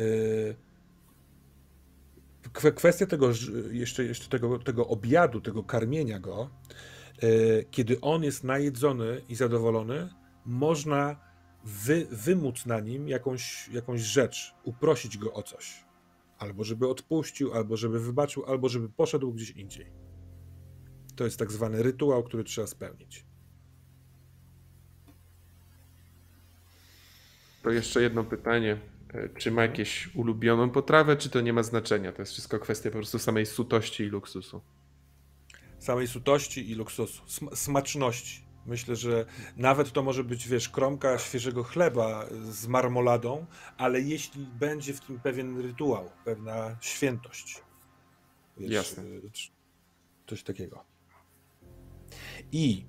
Speaker 1: Kwestia tego, jeszcze tego obiadu, tego karmienia go, Kiedy on jest najedzony i zadowolony, można wymóc na nim jakąś rzecz, uprosić go o coś. Albo żeby odpuścił, albo żeby wybaczył, albo żeby poszedł gdzieś indziej. To jest tak zwany rytuał, który trzeba spełnić.
Speaker 3: To jeszcze jedno pytanie. Czy ma jakieś ulubioną potrawę, czy to nie ma znaczenia? To jest wszystko kwestia po prostu samej sutości i luksusu.
Speaker 1: Samej sutości i luksusu. Smaczności. Myślę, że nawet to może być, wiesz, kromka świeżego chleba z marmoladą, ale jeśli będzie w tym pewien rytuał, pewna świętość. Wiesz,
Speaker 3: jasne.
Speaker 1: Coś takiego. I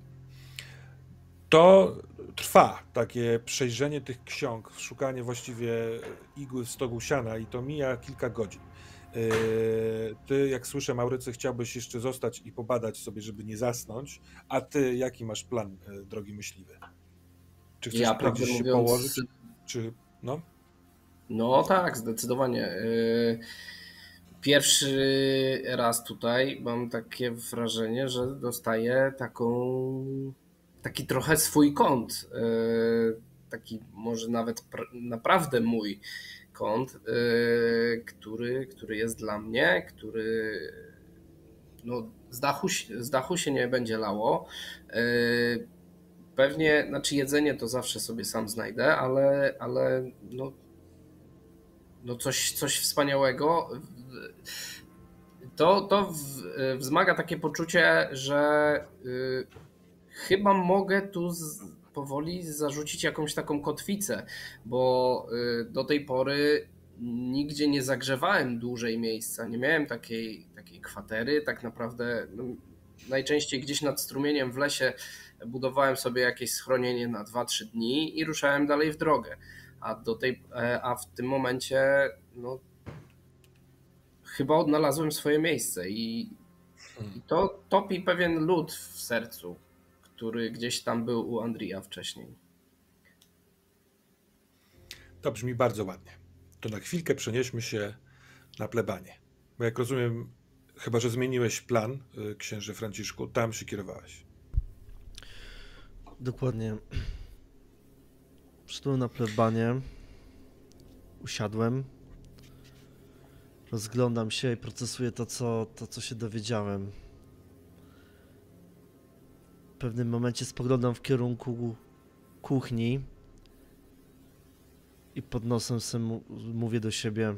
Speaker 1: to trwa, takie przejrzenie tych ksiąg, szukanie właściwie igły w stogu siana i to mija kilka godzin. Ty, jak słyszę, Maurycy, chciałbyś jeszcze zostać i pobadać sobie, żeby nie zasnąć, a ty jaki masz plan, drogi myśliwy? Czy chcesz gdzieś się położyć? Czy, no?
Speaker 4: No tak, zdecydowanie. Pierwszy raz tutaj mam takie wrażenie, że dostaję taki trochę swój kąt. Taki może nawet naprawdę mój kąt, który jest dla mnie, który no, z dachu się nie będzie lało. Pewnie, znaczy jedzenie to zawsze sobie sam znajdę, ale no coś wspaniałego. To wzmaga takie poczucie, że chyba mogę tu powoli zarzucić jakąś taką kotwicę, bo do tej pory nigdzie nie zagrzewałem dłużej miejsca, nie miałem takiej kwatery, tak naprawdę najczęściej gdzieś nad strumieniem w lesie budowałem sobie jakieś schronienie na 2-3 dni i ruszałem dalej w drogę, a w tym momencie no, chyba odnalazłem swoje miejsce i to topi pewien lód w sercu, który gdzieś tam był u Andrija wcześniej.
Speaker 1: To brzmi bardzo ładnie. To na chwilkę przenieśmy się na plebanię. Bo jak rozumiem, chyba że zmieniłeś plan, księże Franciszku, tam się kierowałeś.
Speaker 2: Dokładnie. Przyszedłem na plebanię, usiadłem, rozglądam się i procesuję to, co się dowiedziałem. W pewnym momencie spoglądam w kierunku kuchni i pod nosem sobie mówię do siebie,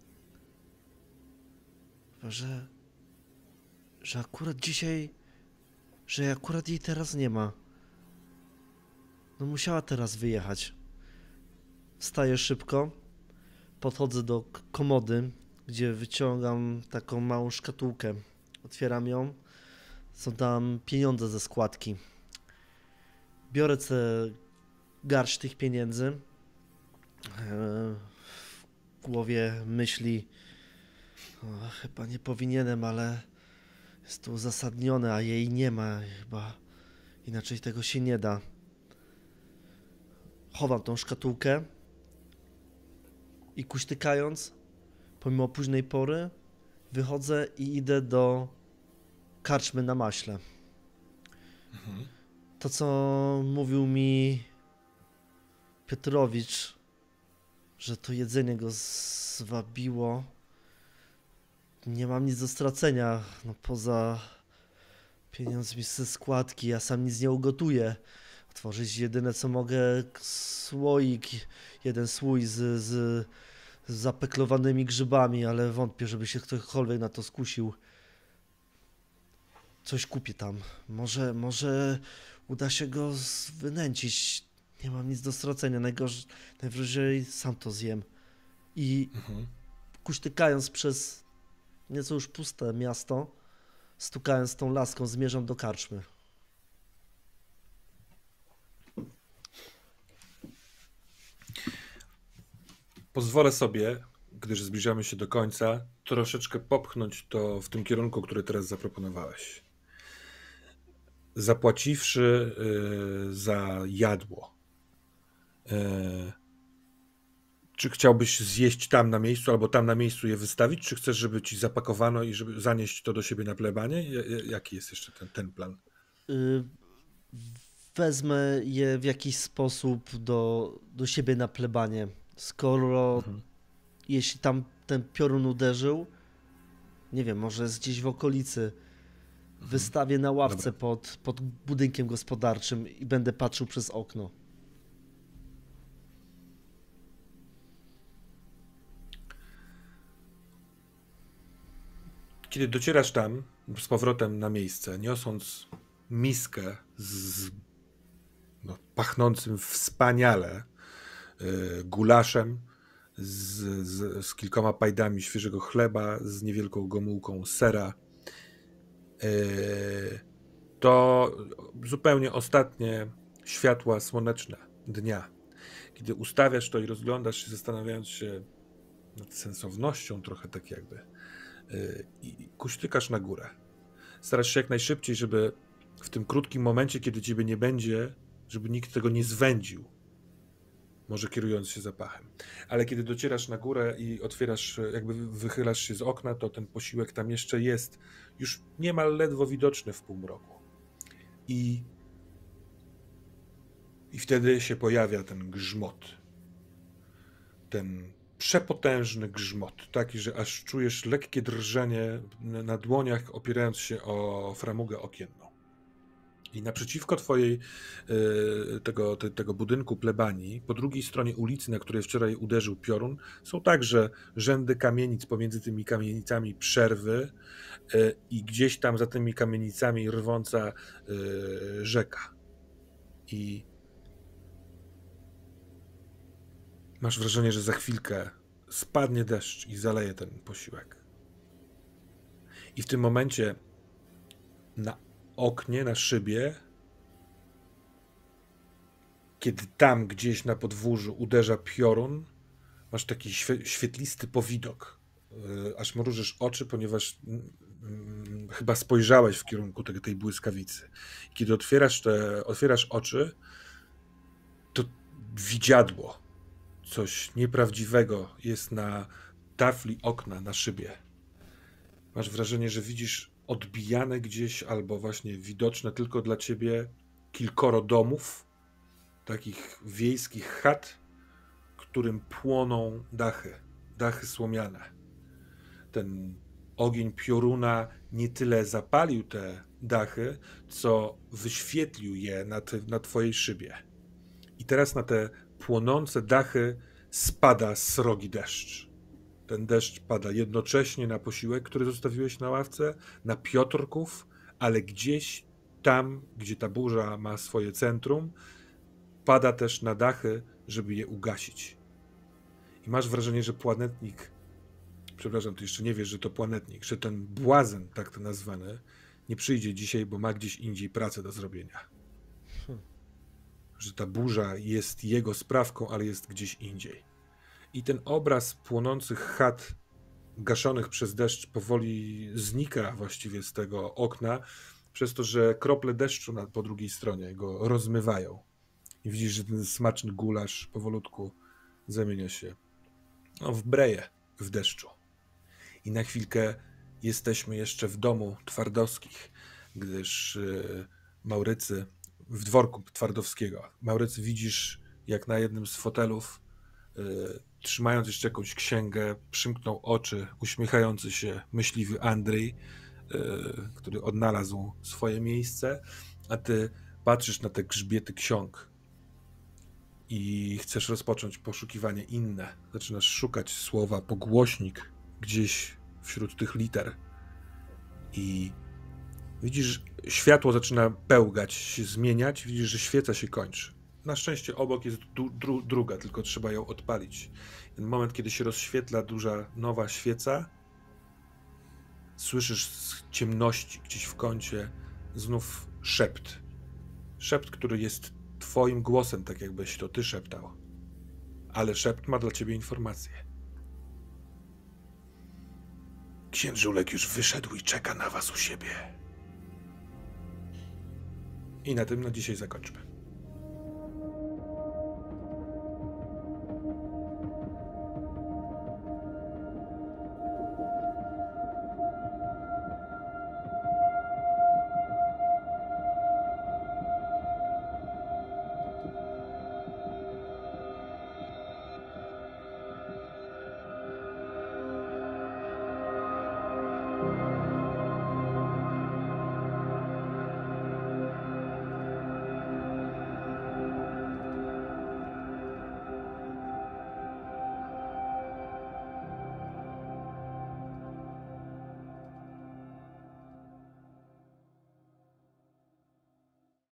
Speaker 2: że akurat dzisiaj, że akurat jej teraz nie ma. No musiała teraz wyjechać. Wstaję szybko, podchodzę do komody, gdzie wyciągam taką małą szkatułkę. Otwieram ją, są tam pieniądze ze składki. Biorę garść tych pieniędzy. W głowie myśli, chyba nie powinienem, ale jest to uzasadnione, a jej nie ma chyba. Inaczej tego się nie da. Chowam tą szkatułkę i kuśtykając, pomimo późnej pory, wychodzę i idę do karczmy na Maśle. To, co mówił mi Piotrowicz, że to jedzenie go zwabiło, nie mam nic do stracenia, no poza pieniądzmi ze składki, ja sam nic nie ugotuję. Otworzyć jedyne co mogę, jeden słój z zapeklowanymi grzybami, ale wątpię, żeby się ktokolwiek na to skusił. Coś kupię tam. Może uda się go wynęcić. Nie mam nic do stracenia. Najwyżej sam to zjem. I kuśtykając przez nieco już puste miasto, stukając tą laską, zmierzam do karczmy.
Speaker 1: Pozwolę sobie, gdyż zbliżamy się do końca, troszeczkę popchnąć to w tym kierunku, który teraz zaproponowałeś. Zapłaciwszy za jadło, czy chciałbyś zjeść tam na miejscu, albo tam na miejscu je wystawić, czy chcesz, żeby ci zapakowano i żeby zanieść to do siebie na plebanie? Jaki jest jeszcze ten plan?
Speaker 2: wezmę je w jakiś sposób do siebie na plebanie. Skoro jeśli tam ten piorun uderzył, nie wiem, może jest gdzieś w okolicy, wystawię na ławce pod budynkiem gospodarczym i będę patrzył przez okno.
Speaker 1: Kiedy docierasz tam z powrotem na miejsce, niosąc miskę z pachnącym wspaniale gulaszem, z kilkoma pajdami świeżego chleba, z niewielką gomułką sera, to zupełnie ostatnie światła słoneczne dnia. Kiedy ustawiasz to i rozglądasz się, zastanawiając się nad sensownością trochę tak jakby, i kuśtykasz na górę. Starasz się jak najszybciej, żeby w tym krótkim momencie, kiedy ciebie nie będzie, żeby nikt tego nie zwędził, może kierując się zapachem. Ale kiedy docierasz na górę i otwierasz, jakby wychylasz się z okna, to ten posiłek tam jeszcze jest, już niemal ledwo widoczny w półmroku. I wtedy się pojawia ten grzmot. Ten przepotężny grzmot, taki, że aż czujesz lekkie drżenie na dłoniach, opierając się o framugę okienną. I naprzeciwko tego budynku plebanii, po drugiej stronie ulicy, na której wczoraj uderzył piorun, są także rzędy kamienic, pomiędzy tymi kamienicami przerwy i gdzieś tam za tymi kamienicami rwąca rzeka. I masz wrażenie, że za chwilkę spadnie deszcz i zaleje ten posiłek. I w tym momencie na oknie, na szybie, kiedy tam gdzieś na podwórzu uderza piorun, masz taki świetlisty powidok. Aż mrużysz oczy, ponieważ chyba spojrzałeś w kierunku tej błyskawicy. I kiedy otwierasz oczy, to widziadło, coś nieprawdziwego jest na tafli okna, na szybie. Masz wrażenie, że widzisz odbijane gdzieś, albo właśnie widoczne tylko dla ciebie kilkoro domów, takich wiejskich chat, którym płoną dachy słomiane. Ten ogień pioruna nie tyle zapalił te dachy, co wyświetlił je na twojej szybie. I teraz na te płonące dachy spada srogi deszcz. Ten deszcz pada jednocześnie na posiłek, który zostawiłeś na ławce, na Piotrków, ale gdzieś tam, gdzie ta burza ma swoje centrum, pada też na dachy, żeby je ugasić. I masz wrażenie, że planetnik, przepraszam, ty jeszcze nie wiesz, że to planetnik, że ten błazen, tak to nazwany, nie przyjdzie dzisiaj, bo ma gdzieś indziej pracę do zrobienia. Że ta burza jest jego sprawką, ale jest gdzieś indziej. I ten obraz płonących chat, gaszonych przez deszcz, powoli znika właściwie z tego okna, przez to, że krople deszczu po drugiej stronie go rozmywają. I widzisz, że ten smaczny gulasz powolutku zamienia się w breję w deszczu. I na chwilkę jesteśmy jeszcze w domu Twardowskich, gdyż Maurycy, w dworku Twardowskiego, Maurycy, widzisz, jak na jednym z fotelów, trzymając jeszcze jakąś księgę, przymknął oczy uśmiechający się myśliwy Andrzej, który odnalazł swoje miejsce, a ty patrzysz na te grzbiety ksiąg i chcesz rozpocząć poszukiwanie inne. Zaczynasz szukać słowa pogłośnik gdzieś wśród tych liter i widzisz, światło zaczyna pełgać, się zmieniać, widzisz, że świeca się kończy. Na szczęście obok jest druga, tylko trzeba ją odpalić. Ten moment, kiedy się rozświetla duża, nowa świeca, słyszysz z ciemności gdzieś w kącie znów szept. Szept, który jest twoim głosem, tak jakbyś to ty szeptał. Ale szept ma dla ciebie informację. Księżulek już wyszedł i czeka na was u siebie. I na tym na dzisiaj zakończmy.